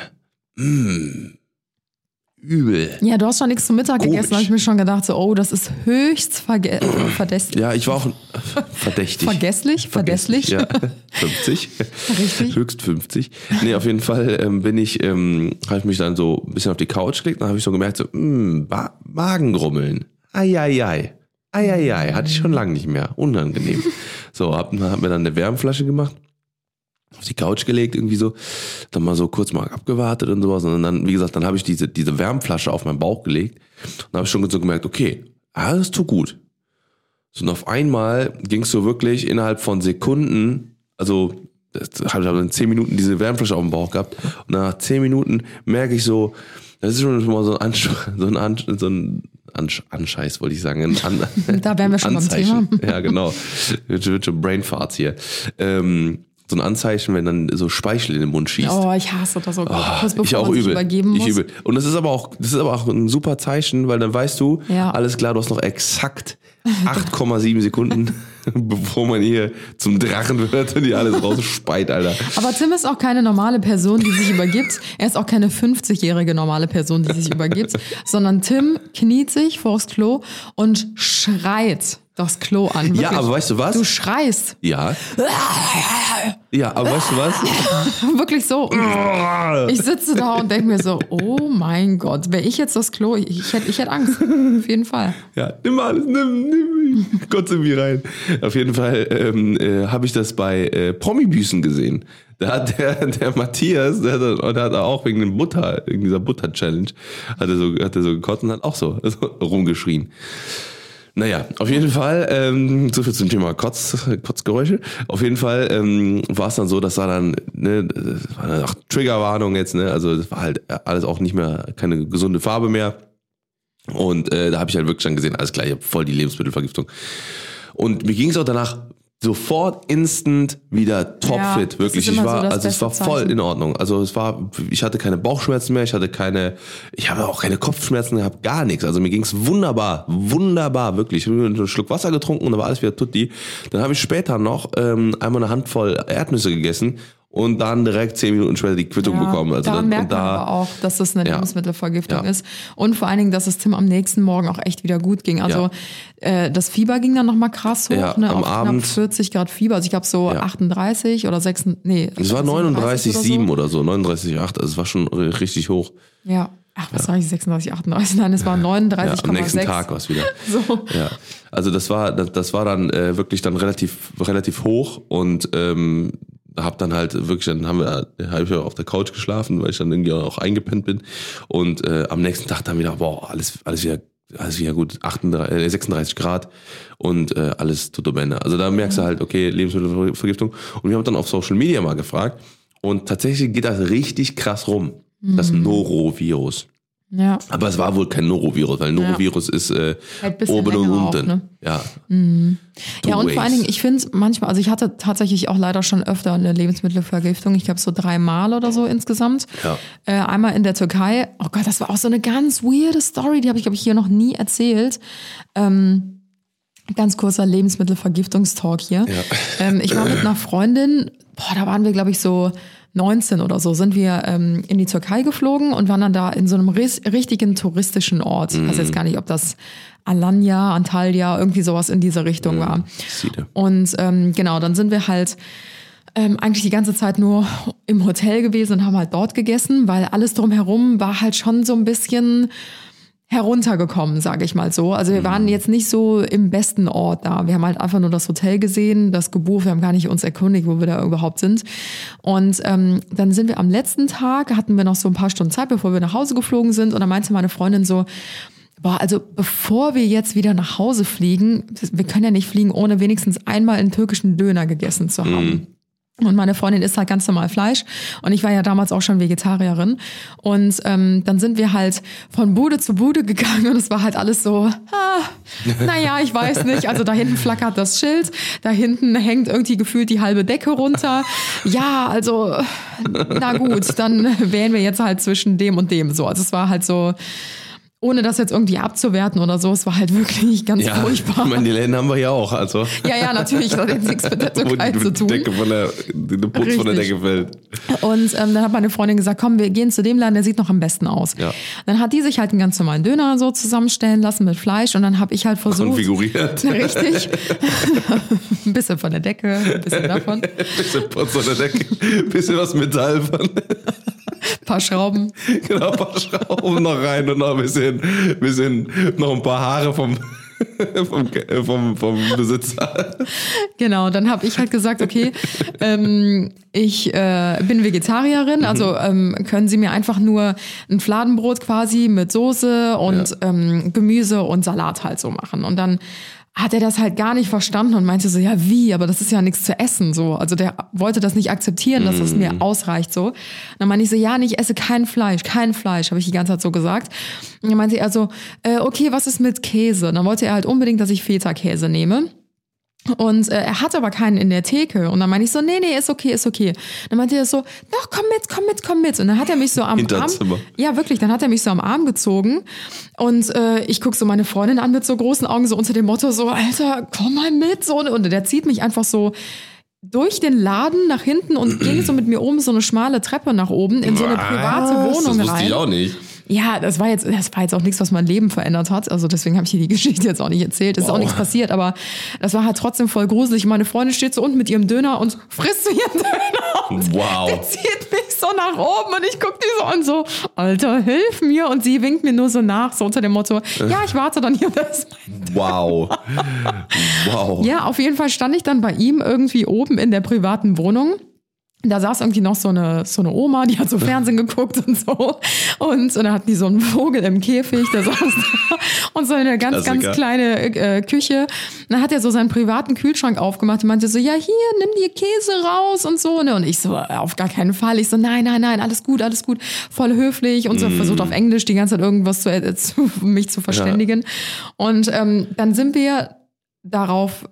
übel. Ja, du hast schon nichts zum Mittag Komisch. gegessen, habe ich mir schon gedacht, so, oh, das ist höchst verdächtig. Ja, ich war auch verdächtig. Verdächtig. Ja, 50. Richtig. Höchst 50. Nee, auf jeden Fall habe ich mich dann so ein bisschen auf die Couch gelegt, dann habe ich so gemerkt, so, Magengrummeln. Eieiei, hatte ich schon lange nicht mehr. Unangenehm. So, hab mir dann eine Wärmflasche gemacht, auf die Couch gelegt, irgendwie so, dann mal so kurz mal abgewartet und sowas. Und dann, wie gesagt, dann habe ich diese Wärmflasche auf meinen Bauch gelegt und habe schon so gemerkt, okay, das tut gut. So, und auf einmal ging es so wirklich innerhalb von Sekunden, also ich habe dann 10 Minuten diese Wärmflasche auf dem Bauch gehabt und nach 10 Minuten merke ich so, das ist schon mal so ein Anscheiß, wollte ich sagen. Da wären wir schon beim Thema. Ja, genau. Wird schon Brainfarts hier. So ein Anzeichen, wenn dann so Speichel in den Mund schießt. Oh, ich hasse das so kurz bevor ich auch man sich übel. übergeben muss. Ich übel. Und das ist aber auch ein super Zeichen, weil dann weißt du, Ja. alles klar, du hast noch exakt 8,7 Sekunden, bevor man hier zum Drachen wird und die alles rausspeit, Alter. Aber Tim ist auch keine normale Person, die sich übergibt. Er ist auch keine 50-jährige normale Person, die sich übergibt, sondern Tim kniet sich vors Klo und schreit das Klo an. Wirklich. Ja, aber weißt du was? Du schreist. Ja. Ja, aber weißt du was? Wirklich so. Und ich sitze da und denke mir so, oh mein Gott, wäre ich jetzt das Klo, ich hätte Angst. Auf jeden Fall. Ja, nimm alles, nimm Gott in mich rein. Auf jeden Fall habe ich das bei Promi-Büßen gesehen. Da hat der Matthias, der hat auch wegen dieser Butter-Challenge, hat er so gekotzt und hat auch so rumgeschrien. Naja, auf jeden Fall, so viel zum Thema Kotzgeräusche. Auf jeden Fall war es dann so, dass da dann, ne, das war dann auch Triggerwarnung jetzt, ne, also das war halt alles auch nicht mehr, keine gesunde Farbe mehr. Und da habe ich halt wirklich dann gesehen, alles klar, ich habe voll die Lebensmittelvergiftung. Und mir ging es auch danach sofort instant wieder topfit, Ja, wirklich. das ist immer so das Es war beste voll Zeichen. in Ordnung. Also ich hatte keine Bauchschmerzen mehr, ich habe auch keine Kopfschmerzen gehabt, gar nichts. Also mir ging's wunderbar, wirklich. Ich habe einen Schluck Wasser getrunken und da war alles wieder tutti. Dann habe ich später noch einmal eine Handvoll Erdnüsse gegessen und dann direkt 10 Minuten später die Quittung bekommen. Also daran merkt man aber auch, dass das eine Lebensmittelvergiftung ist. Und vor allen Dingen, dass es Tim am nächsten Morgen auch echt wieder gut ging. Also das Fieber ging dann nochmal krass hoch, Ja, ne, am auf Abend. knapp 40 Grad Fieber. Also ich glaube so 38 oder 6, nee. es war 36 39,7 oder so, 39,8. Also es war schon richtig hoch. Ja. Ach, was sag ich, 36, 38? Nein, es war 39,6. Am nächsten Tag war es wieder. So. Ja, also das war dann wirklich dann relativ hoch und hab dann halt wirklich, habe ich auf der Couch geschlafen, weil ich dann irgendwie auch eingepennt bin und am nächsten Tag dann wieder, alles wieder gut, 36 Grad und alles tutto bene. Also da merkst du halt, okay, Lebensmittelvergiftung. Und wir haben dann auf Social Media mal gefragt und tatsächlich geht das richtig krass rum, das Norovirus. Ja. Aber es war wohl kein Norovirus, weil Norovirus ist ein bisschen oben und länger unten. auch, ne? Ja. Ja, und vor allen Dingen, ich finde manchmal, also ich hatte tatsächlich auch leider schon öfter eine Lebensmittelvergiftung. Ich glaube so 3 Mal oder so insgesamt. Ja. Einmal in der Türkei. Oh Gott, das war auch so eine ganz weirde Story, die habe ich, glaube ich, hier noch nie erzählt. Ganz kurzer Lebensmittelvergiftungstalk hier. Ja. Ich war mit einer Freundin, da waren wir, glaube ich, so 19 oder so, sind wir in die Türkei geflogen und waren dann da in so einem richtigen touristischen Ort. Ich weiß jetzt gar nicht, ob das Antalya, irgendwie sowas in diese Richtung war. Siede. Und genau, dann sind wir halt eigentlich die ganze Zeit nur im Hotel gewesen und haben halt dort gegessen, weil alles drumherum war halt schon so ein bisschen heruntergekommen, sage ich mal so. Also wir waren jetzt nicht so im besten Ort da. Wir haben halt einfach nur das Hotel gesehen, das gebucht. Wir haben gar nicht uns erkundigt, wo wir da überhaupt sind. Und dann sind wir am letzten Tag, hatten wir noch so ein paar Stunden Zeit, bevor wir nach Hause geflogen sind. Und dann meinte meine Freundin so, Also bevor wir jetzt wieder nach Hause fliegen, wir können ja nicht fliegen, ohne wenigstens einmal einen türkischen Döner gegessen zu haben. Und meine Freundin isst halt ganz normal Fleisch und ich war ja damals auch schon Vegetarierin und dann sind wir halt von Bude zu Bude gegangen und es war halt alles so, naja, ich weiß nicht, also da hinten flackert das Schild, da hinten hängt irgendwie gefühlt die halbe Decke runter, ja, also na gut, dann wählen wir jetzt halt zwischen dem und dem so, also es war halt so, ohne das jetzt irgendwie abzuwerten oder so, es war halt wirklich ganz furchtbar. Ich meine, die Läden haben wir ja auch, also. Ja, natürlich, das hat jetzt nichts mit der Türkei zu tun. Die Putz Richtig. von der Decke fällt. Und dann hat meine Freundin gesagt, komm, wir gehen zu dem Laden, der sieht noch am besten aus. Ja. Dann hat die sich halt einen ganz normalen Döner so zusammenstellen lassen mit Fleisch und dann habe ich halt versucht. Konfiguriert. Richtig. Ein bisschen von der Decke, ein bisschen davon. Bisschen Putz von der Decke, bisschen was Metall von. Ein paar Schrauben. Genau, ein paar Schrauben noch rein und noch ein bisschen noch ein paar Haare vom Besitzer. Genau, dann habe ich halt gesagt, okay, ich bin Vegetarierin, also können Sie mir einfach nur ein Fladenbrot quasi mit Soße und Gemüse und Salat halt so machen. Und dann hat er das halt gar nicht verstanden und meinte so, ja wie, aber das ist ja nichts zu essen so. Also der wollte das nicht akzeptieren, dass das mir ausreicht so. Und dann meinte ich so, ja, ich esse kein Fleisch, habe ich die ganze Zeit so gesagt. Und dann meinte er so, okay, was ist mit Käse? Und dann wollte er halt unbedingt, dass ich Feta-Käse nehme. Und er hatte aber keinen in der Theke. Und dann meinte ich so, nee, ist okay. Dann meinte er so, doch, komm mit. Und dann hat er mich so am Arm, ja wirklich, dann hat er mich so am Arm gezogen. Und ich guck so meine Freundin an mit so großen Augen, so unter dem Motto so, Alter, komm mal mit. So, und der zieht mich einfach so durch den Laden nach hinten und ging so mit mir oben so eine schmale Treppe nach oben in so eine private Wohnung rein. Das wusste ich auch nicht. Ja, das war jetzt auch nichts, was mein Leben verändert hat. Also deswegen habe ich dir die Geschichte jetzt auch nicht erzählt. Es ist auch nichts passiert, aber das war halt trotzdem voll gruselig. Meine Freundin steht so unten mit ihrem Döner und frisst so ihren Döner. Und der zieht mich so nach oben und ich guck die so an so, Alter, hilf mir. Und sie winkt mir nur so nach, so unter dem Motto, ja, ich warte dann hier. Das ist mein Döner. Wow. Ja, auf jeden Fall stand ich dann bei ihm irgendwie oben in der privaten Wohnung. Da saß irgendwie noch so eine Oma, die hat so Fernsehen geguckt und so. Und dann hatten die so einen Vogel im Käfig, der saß da. Und so eine ganz kleine Küche. Und dann hat er so seinen privaten Kühlschrank aufgemacht und meinte so, ja, hier, nimm dir Käse raus und so. Und ich so, auf gar keinen Fall. Ich so, nein, alles gut. Voll höflich. Und so versucht auf Englisch die ganze Zeit irgendwas mich zu verständigen. Ja. Und dann sind wir darauf...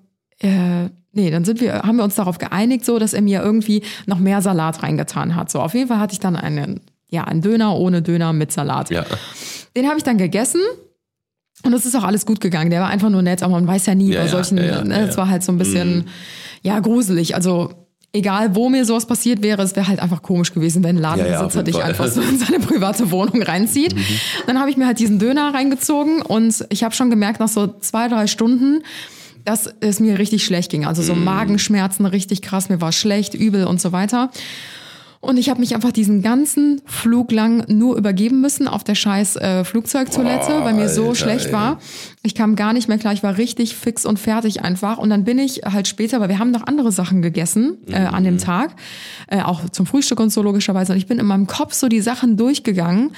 haben wir uns darauf geeinigt, so, dass er mir irgendwie noch mehr Salat reingetan hat. So, auf jeden Fall hatte ich dann einen Döner ohne Döner mit Salat. Ja. Den habe ich dann gegessen und es ist auch alles gut gegangen. Der war einfach nur nett, aber man weiß ja nie bei solchen, es war halt so ein bisschen, gruselig. Also, egal wo mir sowas passiert wäre, es wäre halt einfach komisch gewesen, wenn ein Ladenbesitzer dich einfach so in seine private Wohnung reinzieht. Dann habe ich mir halt diesen Döner reingezogen und ich habe schon gemerkt, nach so 2-3 Stunden, dass es mir richtig schlecht ging. Also so Magenschmerzen richtig krass, mir war schlecht, übel und so weiter. Und ich habe mich einfach diesen ganzen Flug lang nur übergeben müssen auf der scheiß Flugzeugtoilette, weil mir so schlecht war. Ich kam gar nicht mehr klar, ich war richtig fix und fertig einfach. Und dann bin ich halt später, weil wir haben noch andere Sachen gegessen an dem Tag, auch zum Frühstück und so logischerweise. Und ich bin in meinem Kopf so die Sachen durchgegangen,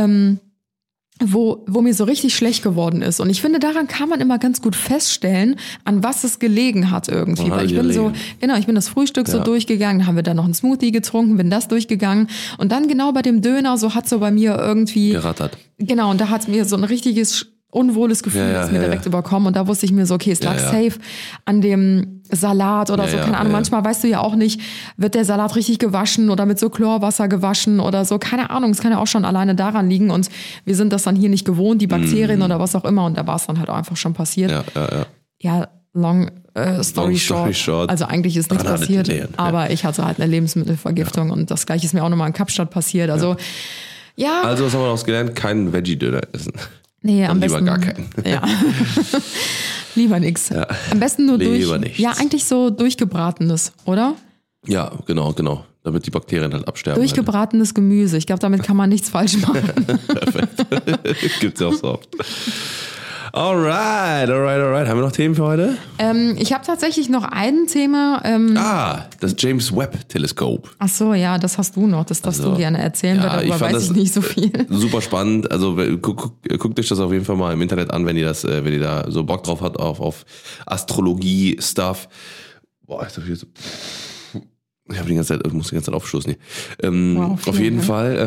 wo mir so richtig schlecht geworden ist. Und ich finde, daran kann man immer ganz gut feststellen, an was es gelegen hat irgendwie. Weil ich bin das Frühstück so durchgegangen, haben wir dann noch einen Smoothie getrunken, bin das durchgegangen. Und dann genau bei dem Döner, so hat so bei mir irgendwie... gerattert. Genau, und da hat mir so ein richtiges unwohles Gefühl ist mir direkt überkommen. Und da wusste ich mir so, okay, es lag safe an dem Salat oder so, keine Ahnung. Manchmal weißt du ja auch nicht, wird der Salat richtig gewaschen oder mit so Chlorwasser gewaschen oder so. Keine Ahnung, es kann ja auch schon alleine daran liegen. Und wir sind das dann hier nicht gewohnt, die Bakterien oder was auch immer. Und da war es dann halt auch einfach schon passiert. Long story short. Also eigentlich ist nichts passiert. Aber ich hatte halt eine Lebensmittelvergiftung. Und das Gleiche ist mir auch nochmal in Kapstadt passiert. Also, Also, was haben wir daraus gelernt? Keinen Veggie-Döner essen. Nee, am lieber besten. Gar keinen. Ja. Lieber nix. Ja. Am besten nur nichts. Ja, eigentlich so durchgebratenes, oder? Ja, genau. Damit die Bakterien halt absterben. Durchgebratenes Gemüse. Ich glaube, damit kann man nichts falsch machen. Perfekt. Gibt's ja auch so oft. Alright. Haben wir noch Themen für heute? Ich habe tatsächlich noch ein Thema. Das James Webb Teleskop. Ach so, ja, das hast du noch. Das darfst du gerne erzählen, weil darüber weiß ich nicht so viel. Super spannend. Also guckt euch das auf jeden Fall mal im Internet an, wenn ihr da so Bock drauf habt auf Astrologie-Stuff. Boah, jetzt hab ich jetzt... Ich muss die ganze Zeit aufstoßen hier. Wow, auf jeden Fall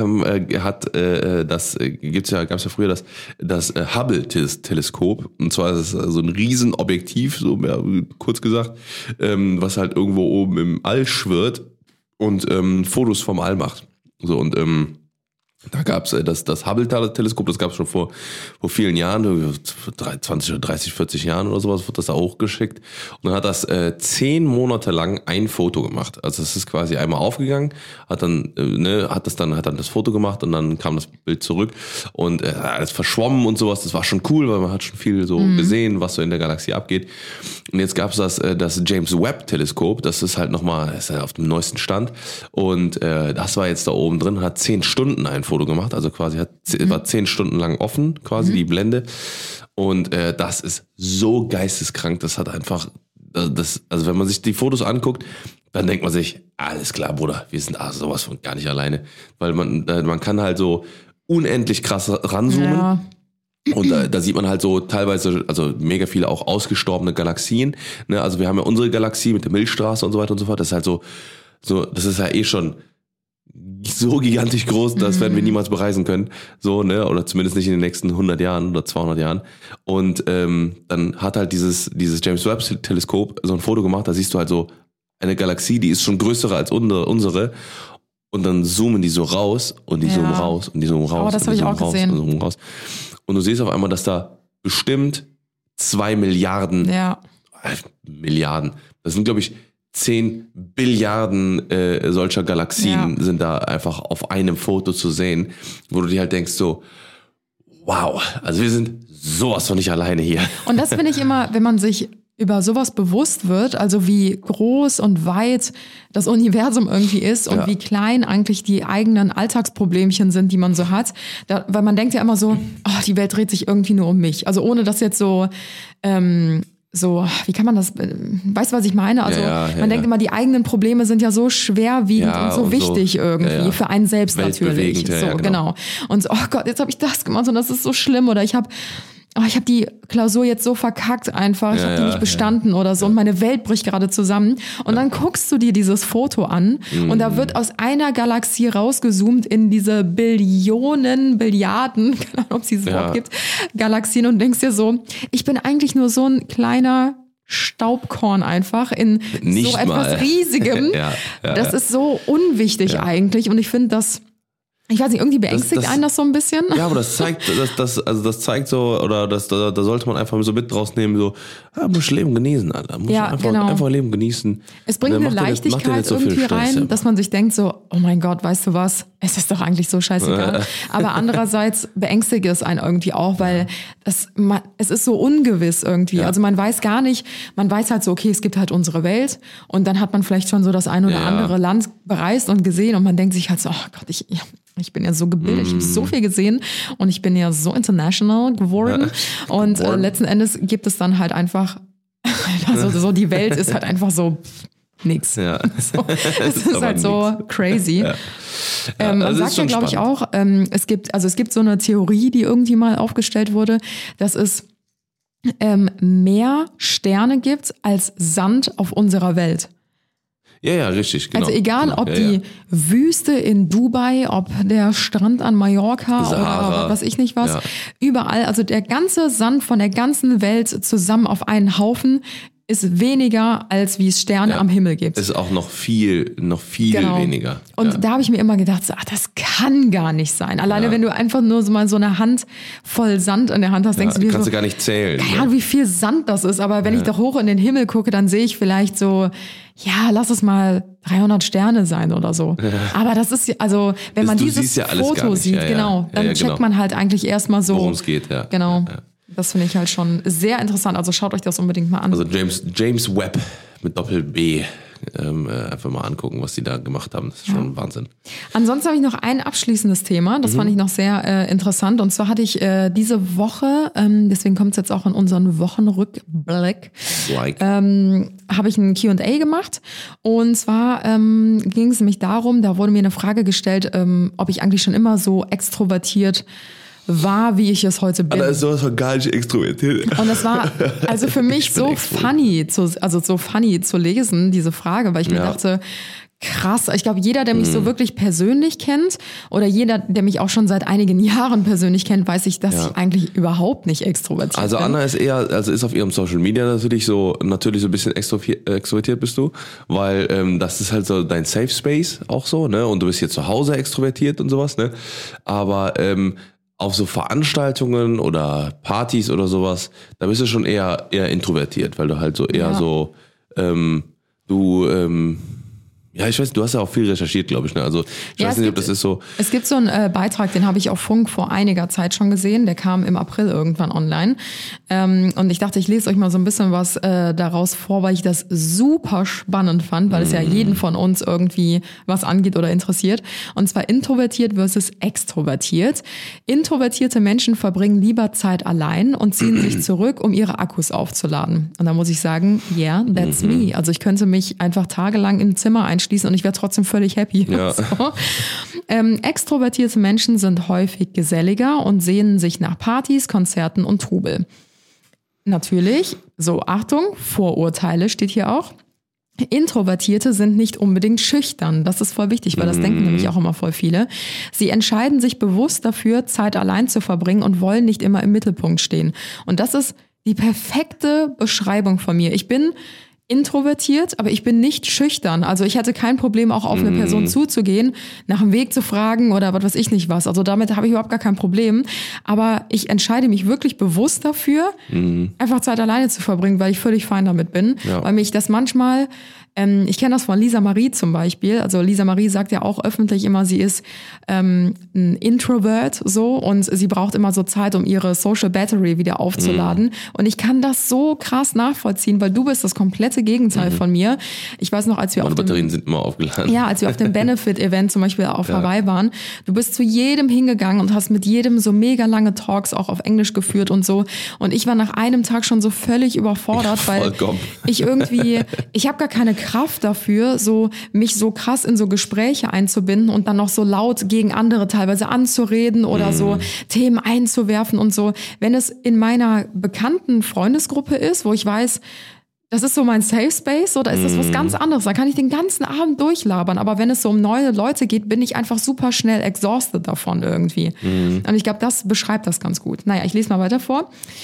gab's ja früher das Hubble-Teleskop. Und zwar ist es so ein Riesenobjektiv, so kurz gesagt, was halt irgendwo oben im All schwirrt und Fotos vom All macht. So, und da gab's das Hubble-Teleskop, das gab's schon vor vielen Jahren, 20 oder 30, 40 Jahren oder sowas, wurde das da hochgeschickt. Und dann hat das 10 Monate lang ein Foto gemacht. Also es ist quasi einmal aufgegangen, hat dann das Foto gemacht und dann kam das Bild zurück und alles verschwommen und sowas. Das war schon cool, weil man hat schon viel so gesehen, was so in der Galaxie abgeht. Und jetzt gab's das James Webb-Teleskop, das ist halt nochmal, ist ja auf dem neuesten Stand. Und das war jetzt da oben drin und hat 10 Stunden ein Foto gemacht, also quasi war 10 Stunden lang offen, quasi die Blende. Und das ist so geisteskrank, das hat einfach, also wenn man sich die Fotos anguckt, dann denkt man sich, alles klar, Bruder, wir sind sowas von gar nicht alleine. Weil man kann halt so unendlich krass ranzoomen. Ja. Und da sieht man halt so teilweise, also mega viele auch ausgestorbene Galaxien. Ne? Also wir haben ja unsere Galaxie mit der Milchstraße und so weiter und so fort. Das ist halt so das ist ja eh schon so gigantisch groß, das werden wir niemals bereisen können. So, ne, oder zumindest nicht in den nächsten 100 Jahren oder 200 Jahren. Und dann hat halt dieses James Webb Teleskop so ein Foto gemacht, da siehst du halt so eine Galaxie, die ist schon größer als unsere. Und dann zoomen die so raus und die zoomen raus und die zoomen raus. Oh, das habe ich auch gesehen. Und du siehst auf einmal, dass da bestimmt 2 Milliarden Milliarden. Das sind, glaube ich, 10 Billiarden solcher Galaxien sind da einfach auf einem Foto zu sehen, wo du dir halt denkst so, wow, also wir sind sowas von nicht alleine hier. Und das finde ich immer, wenn man sich über sowas bewusst wird, also wie groß und weit das Universum irgendwie ist und wie klein eigentlich die eigenen Alltagsproblemchen sind, die man so hat. Weil man denkt ja immer so, die Welt dreht sich irgendwie nur um mich. Also ohne das jetzt so, wie kann man das, weißt du, was ich meine? Also man denkt immer, die eigenen Probleme sind ja so schwerwiegend und so wichtig irgendwie, für einen selbst natürlich. Genau. Und so, oh Gott, jetzt habe ich das gemacht und das ist so schlimm. Oder ich habe die Klausur jetzt so verkackt einfach, ich habe die nicht bestanden oder so und meine Welt bricht gerade zusammen. Und dann guckst du dir dieses Foto an und da wird aus einer Galaxie rausgezoomt in diese Billiarden, keine Ahnung, ob es dieses Wort gibt, Galaxien und denkst dir so, ich bin eigentlich nur so ein kleiner Staubkorn einfach in nicht so etwas Riesigem. Das ist so unwichtig eigentlich und ich finde das... Ich weiß nicht, irgendwie beängstigt einen das so ein bisschen. Ja, aber das zeigt, das zeigt so, oder da sollte man einfach so mit rausnehmen, so, muss Leben genießen, Alter. Muss einfach Leben genießen. Es bringt eine Leichtigkeit so irgendwie rein, dass man sich denkt so, oh mein Gott, weißt du was, es ist doch eigentlich so scheißegal. Aber andererseits beängstigt es einen irgendwie auch, weil es ist so ungewiss irgendwie. Ja. Also man weiß gar nicht, man weiß halt so, okay, es gibt halt unsere Welt und dann hat man vielleicht schon so das ein oder andere Land bereist und gesehen und man denkt sich halt so, oh Gott, ich bin ja so gebildet, ich habe so viel gesehen und ich bin ja so international geworden. Und letzten Endes gibt es dann halt einfach, also so die Welt ist halt einfach so nix. Ja. So, das ist halt so crazy. Man sagt ja, glaube ich, auch, es gibt so eine Theorie, die irgendwie mal aufgestellt wurde, dass es mehr Sterne gibt als Sand auf unserer Welt. Ja, richtig, genau. Also egal, ob die Wüste in Dubai, ob der Strand an Mallorca Sahara, oder was ich nicht was, überall, also der ganze Sand von der ganzen Welt zusammen auf einen Haufen ist weniger, als wie es Sterne am Himmel gibt. Ist auch noch viel weniger. Und da habe ich mir immer gedacht, so, das kann gar nicht sein. Alleine wenn du einfach nur so mal so eine Hand voll Sand in der Hand hast, denkst du dir kannst so, du gar nicht zählen. Keine Ahnung, wie viel Sand das ist. Aber wenn ich da hoch in den Himmel gucke, dann sehe ich vielleicht so, lass es mal 300 Sterne sein oder so. Aber das ist, also wenn man dieses Foto sieht, dann checkt man halt eigentlich erstmal so, worum es geht. Genau. Das finde ich halt schon sehr interessant. Also schaut euch das unbedingt mal an. Also James Webb mit Doppel-B einfach mal angucken, was die da gemacht haben. Das ist schon Wahnsinn. Ansonsten habe ich noch ein abschließendes Thema, das fand ich noch sehr interessant. Und zwar hatte ich diese Woche, deswegen kommt es jetzt auch in unseren Wochenrückblick, habe ich ein Q&A gemacht. Und zwar ging es nämlich darum, da wurde mir eine Frage gestellt, ob ich eigentlich schon immer so extrovertiert war, wie ich es heute bin. Da ist sowas von gar nicht extrovertiert. Und das war also für mich so funny zu lesen, diese Frage, weil ich mir dachte, krass, ich glaube, jeder, der mich so wirklich persönlich kennt oder jeder, der mich auch schon seit einigen Jahren persönlich kennt, weiß ich, dass ich eigentlich überhaupt nicht extrovertiert bin. Also Anna ist ist auf ihrem Social Media natürlich so ein bisschen extrovertiert bist du, weil das ist halt so dein Safe Space auch so, ne? Und du bist hier zu Hause extrovertiert und sowas, ne? Aber auf so Veranstaltungen oder Partys oder sowas, da bist du schon eher introvertiert, weil du halt so eher ich weiß, du hast ja auch viel recherchiert, glaube ich. Ne? Also ich weiß nicht, ob das ist so. Es gibt so einen Beitrag, den habe ich auf Funk vor einiger Zeit schon gesehen. Der kam im April irgendwann online. Und ich dachte, ich lese euch mal so ein bisschen was daraus vor, weil ich das super spannend fand, weil es ja jeden von uns irgendwie was angeht oder interessiert. Und zwar introvertiert versus extrovertiert. Introvertierte Menschen verbringen lieber Zeit allein und ziehen sich zurück, um ihre Akkus aufzuladen. Und da muss ich sagen, yeah, that's me. Also ich könnte mich einfach tagelang im Zimmer einschließen und ich wäre trotzdem völlig happy. Ja. So. Extrovertierte Menschen sind häufig geselliger und sehnen sich nach Partys, Konzerten und Trubel. Natürlich, so Achtung, Vorurteile steht hier auch. Introvertierte sind nicht unbedingt schüchtern. Das ist voll wichtig, weil das denken nämlich auch immer voll viele. Sie entscheiden sich bewusst dafür, Zeit allein zu verbringen und wollen nicht immer im Mittelpunkt stehen. Und das ist die perfekte Beschreibung von mir. Ich bin introvertiert, aber ich bin nicht schüchtern. Also ich hatte kein Problem, auch auf eine Person zuzugehen, nach dem Weg zu fragen oder was weiß ich nicht was. Also damit habe ich überhaupt gar kein Problem. Aber ich entscheide mich wirklich bewusst dafür, einfach Zeit alleine zu verbringen, weil ich völlig fein damit bin. Ja. Weil mich das manchmal, ich kenne das von Lisa Marie zum Beispiel. Also Lisa Marie sagt ja auch öffentlich immer, sie ist ein Introvert so und sie braucht immer so Zeit, um ihre Social Battery wieder aufzuladen. Und ich kann das so krass nachvollziehen, weil du bist das komplette Gegenteil von mir. Ich weiß noch, als wir Meine Batterien sind immer aufgeladen. Ja, als wir auf dem Benefit-Event zum Beispiel auf Hawaii waren, du bist zu jedem hingegangen und hast mit jedem so mega lange Talks auch auf Englisch geführt und so. Und ich war nach einem Tag schon so völlig überfordert, weil ich habe gar keine Kraft dafür, so mich so krass in so Gespräche einzubinden und dann noch so laut gegen andere teilweise anzureden oder so Themen einzuwerfen und so. Wenn es in meiner bekannten Freundesgruppe ist, wo ich weiß, das ist so mein Safe Space, oder ist das was ganz anderes? Da kann ich den ganzen Abend durchlabern. Aber wenn es so um neue Leute geht, bin ich einfach super schnell exhausted davon irgendwie. Und ich glaube, das beschreibt das ganz gut. Naja, ich lese mal weiter vor.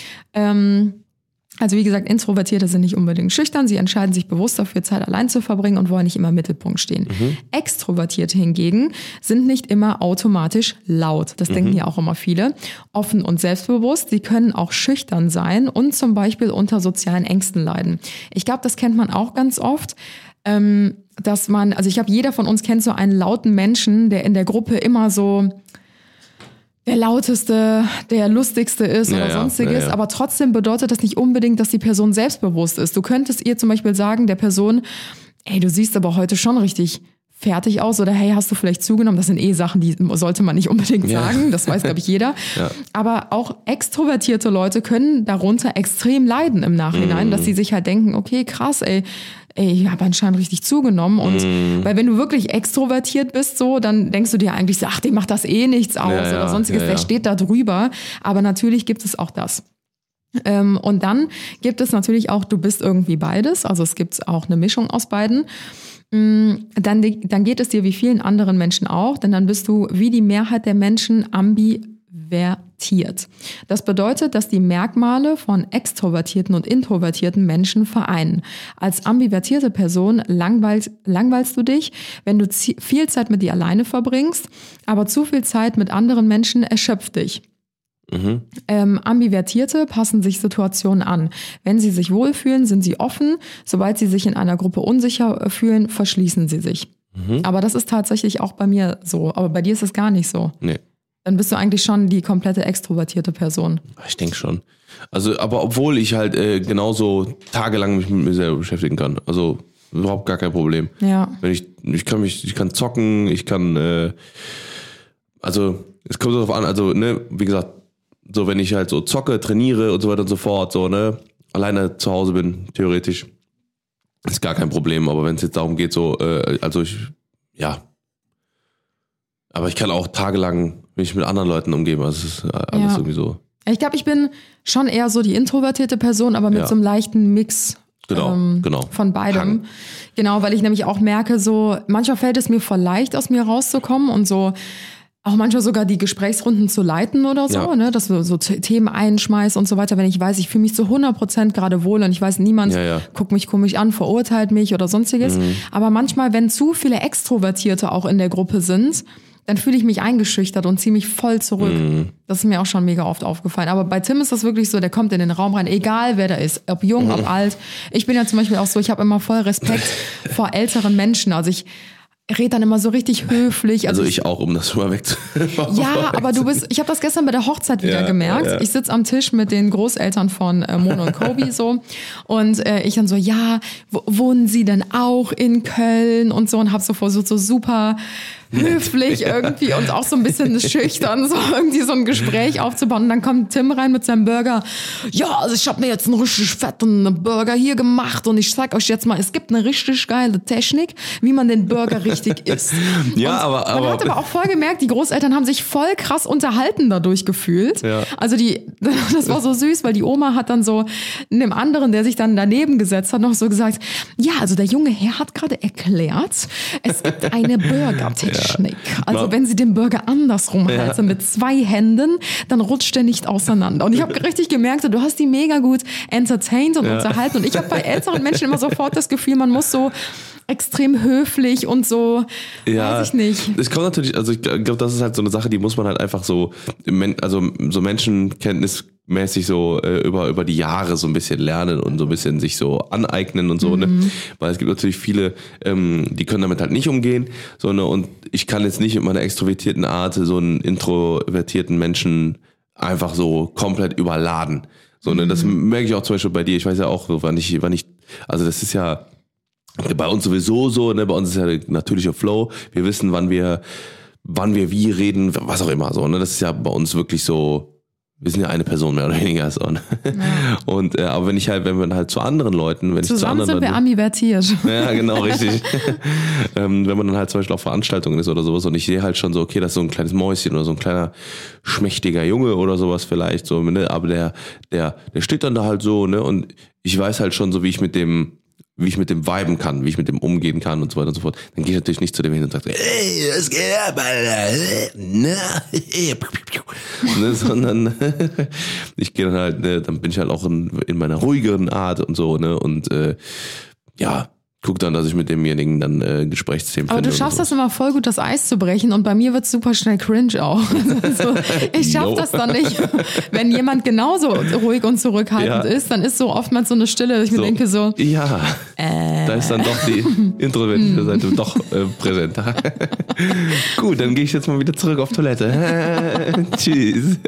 Also wie gesagt, Introvertierte sind nicht unbedingt schüchtern. Sie entscheiden sich bewusst dafür, Zeit allein zu verbringen und wollen nicht immer im Mittelpunkt stehen. Extrovertierte hingegen sind nicht immer automatisch laut. Das denken ja auch immer viele. Offen und selbstbewusst. Sie können auch schüchtern sein und zum Beispiel unter sozialen Ängsten leiden. Ich glaube, das kennt man auch ganz oft. Dass man, also ich glaube, jeder von uns kennt so einen lauten Menschen, der in der Gruppe immer so der lauteste, der lustigste ist oder sonstiges. Aber trotzdem bedeutet das nicht unbedingt, dass die Person selbstbewusst ist. Du könntest ihr zum Beispiel sagen, der Person, ey, du siehst aber heute schon richtig fertig aus oder hey, hast du vielleicht zugenommen? Das sind Sachen, die sollte man nicht unbedingt sagen. Das weiß, glaube ich, jeder. Ja. Aber auch extrovertierte Leute können darunter extrem leiden im Nachhinein, dass sie sich halt denken, okay, krass, ey, ich habe anscheinend richtig zugenommen. Und weil wenn du wirklich extrovertiert bist, so, dann denkst du dir eigentlich so, ach, dem macht das eh nichts aus oder sonstiges. Der steht da drüber. Aber natürlich gibt es auch das. Und dann gibt es natürlich auch, du bist irgendwie beides. Also es gibt auch eine Mischung aus beiden. Dann geht es dir wie vielen anderen Menschen auch, denn dann bist du wie die Mehrheit der Menschen ambivertiert. Das bedeutet, dass die Merkmale von extrovertierten und introvertierten Menschen vereinen. Als ambivertierte Person langweilst du dich, wenn du viel Zeit mit dir alleine verbringst, aber zu viel Zeit mit anderen Menschen erschöpft dich. Ambivertierte passen sich Situationen an. Wenn sie sich wohlfühlen, sind sie offen. Sobald sie sich in einer Gruppe unsicher fühlen, verschließen sie sich. Aber das ist tatsächlich auch bei mir so. Aber bei dir ist es gar nicht so. Nee. Dann bist du eigentlich schon die komplette extrovertierte Person. Ich denke schon. Also, aber obwohl ich halt genauso tagelang mich mit mir selber beschäftigen kann. Also Überhaupt gar kein Problem. Ja. Wenn ich kann zocken, ich kann, also es kommt darauf an, also ne, wie gesagt, so wenn ich halt so zocke, trainiere und so weiter und so fort, so ne, alleine zu Hause bin, theoretisch, ist gar kein Problem. Aber wenn es jetzt darum geht, so, aber ich kann auch tagelang mich mit anderen Leuten umgeben, also es ist alles irgendwie so. Ich glaube, ich bin schon eher so die introvertierte Person, aber mit so einem leichten Mix. Genau. Von beidem. Genau, weil ich nämlich auch merke, so manchmal fällt es mir voll leicht, aus mir rauszukommen und so auch manchmal sogar die Gesprächsrunden zu leiten oder so, ne, dass wir so Themen einschmeißen und so weiter, wenn ich weiß, ich fühle mich zu 100% gerade wohl und ich weiß, niemand guckt mich komisch an, verurteilt mich oder sonstiges. Aber manchmal, wenn zu viele Extrovertierte auch in der Gruppe sind, dann fühle ich mich eingeschüchtert und ziehe mich voll zurück. Das ist mir auch schon mega oft aufgefallen. Aber bei Tim ist das wirklich so, der kommt in den Raum rein, egal wer da ist, ob jung, ob alt. Ich bin ja zum Beispiel auch so, ich habe immer voll Respekt vor älteren Menschen. Also ich rede dann immer so richtig höflich. Also ich auch, um das schon mal Ja, aber ich habe das gestern bei der Hochzeit wieder gemerkt. Ja. Ich sitze am Tisch mit den Großeltern von Mona und Kobi so und ich dann so, wohnen Sie denn auch in Köln und so und habe so versucht, so super höflich irgendwie und auch so ein bisschen schüchtern, so irgendwie so ein Gespräch aufzubauen. Und dann kommt Tim rein mit seinem Burger. Ja, also ich habe mir jetzt einen richtig fetten Burger hier gemacht und ich sag euch jetzt mal, es gibt eine richtig geile Technik, wie man den Burger richtig isst. Ja, aber man hat aber auch voll gemerkt, die Großeltern haben sich voll krass unterhalten dadurch gefühlt. Ja. Also das war so süß, weil die Oma hat dann so einem anderen, der sich dann daneben gesetzt hat, noch so gesagt, ja, also der junge Herr hat gerade erklärt, es gibt eine Burger-Technik. Also wenn Sie den Burger andersrum halten mit 2 Händen, dann rutscht der nicht auseinander. Und ich habe richtig gemerkt, du hast die mega gut entertained und unterhalten. Und ich habe bei älteren Menschen immer sofort das Gefühl, man muss so extrem höflich und so, weiß ich nicht. Es kommt natürlich, also ich glaube, das ist halt so eine Sache, die muss man halt einfach so, also so menschenkenntnismäßig so über die Jahre so ein bisschen lernen und so ein bisschen sich so aneignen und so, ne? Weil es gibt natürlich viele, die können damit halt nicht umgehen, so, ne? Und ich kann jetzt nicht mit meiner extrovertierten Art so einen introvertierten Menschen einfach so komplett überladen. So, ne? Das merke ich auch zum Beispiel bei dir. Ich weiß ja auch, wann ich, also das ist ja bei uns sowieso so, ne? Bei uns ist ja der natürliche Flow. Wir wissen, wann wir wie reden, was auch immer so, ne? Das ist ja bei uns wirklich so, wir sind ja eine Person mehr oder weniger so. Ne? Ja. Und aber wenn man halt zu anderen Leuten, zusammen sind wir ambivertiert. Ja, genau, richtig. Wenn man dann halt zum Beispiel auf Veranstaltungen ist oder sowas und ich sehe halt schon so, okay, das ist so ein kleines Mäuschen oder so ein kleiner schmächtiger Junge oder sowas vielleicht so, ne? Aber der steht dann da halt so, ne? Und ich weiß halt schon so, wie ich mit dem viben kann, wie ich mit dem umgehen kann und so weiter und so fort, dann gehe ich natürlich nicht zu dem hin und sage, ey, was geht ab, Alter? Ne, sondern ich gehe dann halt, ne, dann bin ich halt auch in meiner ruhigeren Art und so, ne, und guck dann, dass ich mit demjenigen dann Gesprächsthemen finde. Aber du schaffst das immer voll gut, das Eis zu brechen und bei mir wird es super schnell cringe auch. Also, ich schaff das dann nicht. Wenn jemand genauso ruhig und zurückhaltend ist, dann ist so oftmals so eine Stille, dass ich mir denke so... Ja, da ist dann doch die introvertierte Seite doch präsent. Gut, dann gehe ich jetzt mal wieder zurück auf Toilette. Tschüss.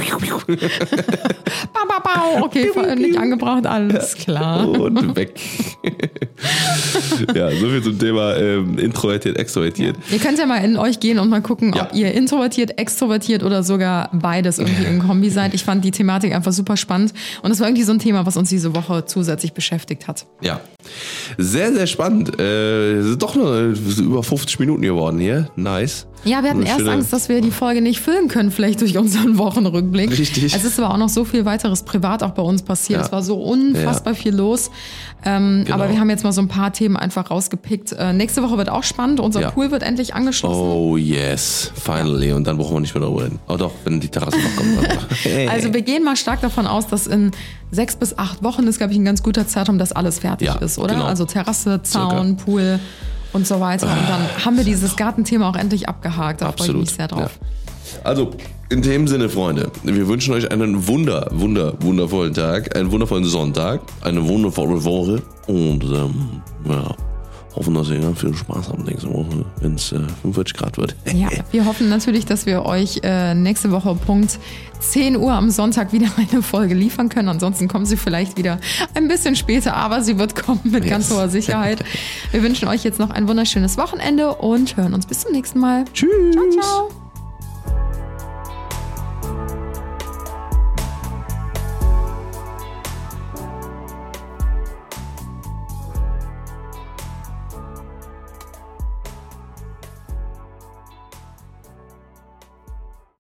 Okay, nicht angebracht, alles klar. Und weg. Ja, so viel zum Thema introvertiert, extrovertiert. Ja. Ihr könnt ja mal in euch gehen und mal gucken, ob ihr introvertiert, extrovertiert oder sogar beides irgendwie in Kombi seid. Ich fand die Thematik einfach super spannend und es war irgendwie so ein Thema, was uns diese Woche zusätzlich beschäftigt hat. Ja, sehr, sehr spannend. Es ist doch nur über 50 Minuten geworden hier. Nice. Ja, wir hatten erst Angst, dass wir die Folge nicht füllen können, vielleicht durch unseren Wochenrückblick. Richtig. Es ist aber auch noch so viel weiteres privat auch bei uns passiert. Es war so unfassbar viel los. Genau. Aber wir haben jetzt mal so ein paar Themen einfach rausgepickt. Nächste Woche wird auch spannend. Unser Pool wird endlich angeschlossen. Oh yes, finally. Und dann brauchen wir nicht mehr darüber reden. Oh doch, wenn die Terrasse noch kommt. Also wir gehen mal stark davon aus, dass in 6 bis 8 Wochen ist, glaube ich, ein ganz guter Zeitraum, dass alles fertig ist, oder? Genau. Also Terrasse, Zaun, Pool und so weiter. Und dann haben wir dieses Gartenthema auch endlich abgehakt. Da freue ich mich sehr drauf. Ja. Also, in dem Sinne, Freunde, wir wünschen euch einen wundervollen Tag, einen wundervollen Sonntag, eine wundervolle Woche und hoffen, dass ihr ganz viel Spaß habt nächste Woche, wenn es 45 Grad wird. Ja, wir hoffen natürlich, dass wir euch nächste Woche Punkt 10 Uhr am Sonntag wieder eine Folge liefern können. Ansonsten kommen sie vielleicht wieder ein bisschen später, aber sie wird kommen mit ganz hoher Sicherheit. Wir wünschen euch jetzt noch ein wunderschönes Wochenende und hören uns bis zum nächsten Mal. Tschüss. Ciao, ciao.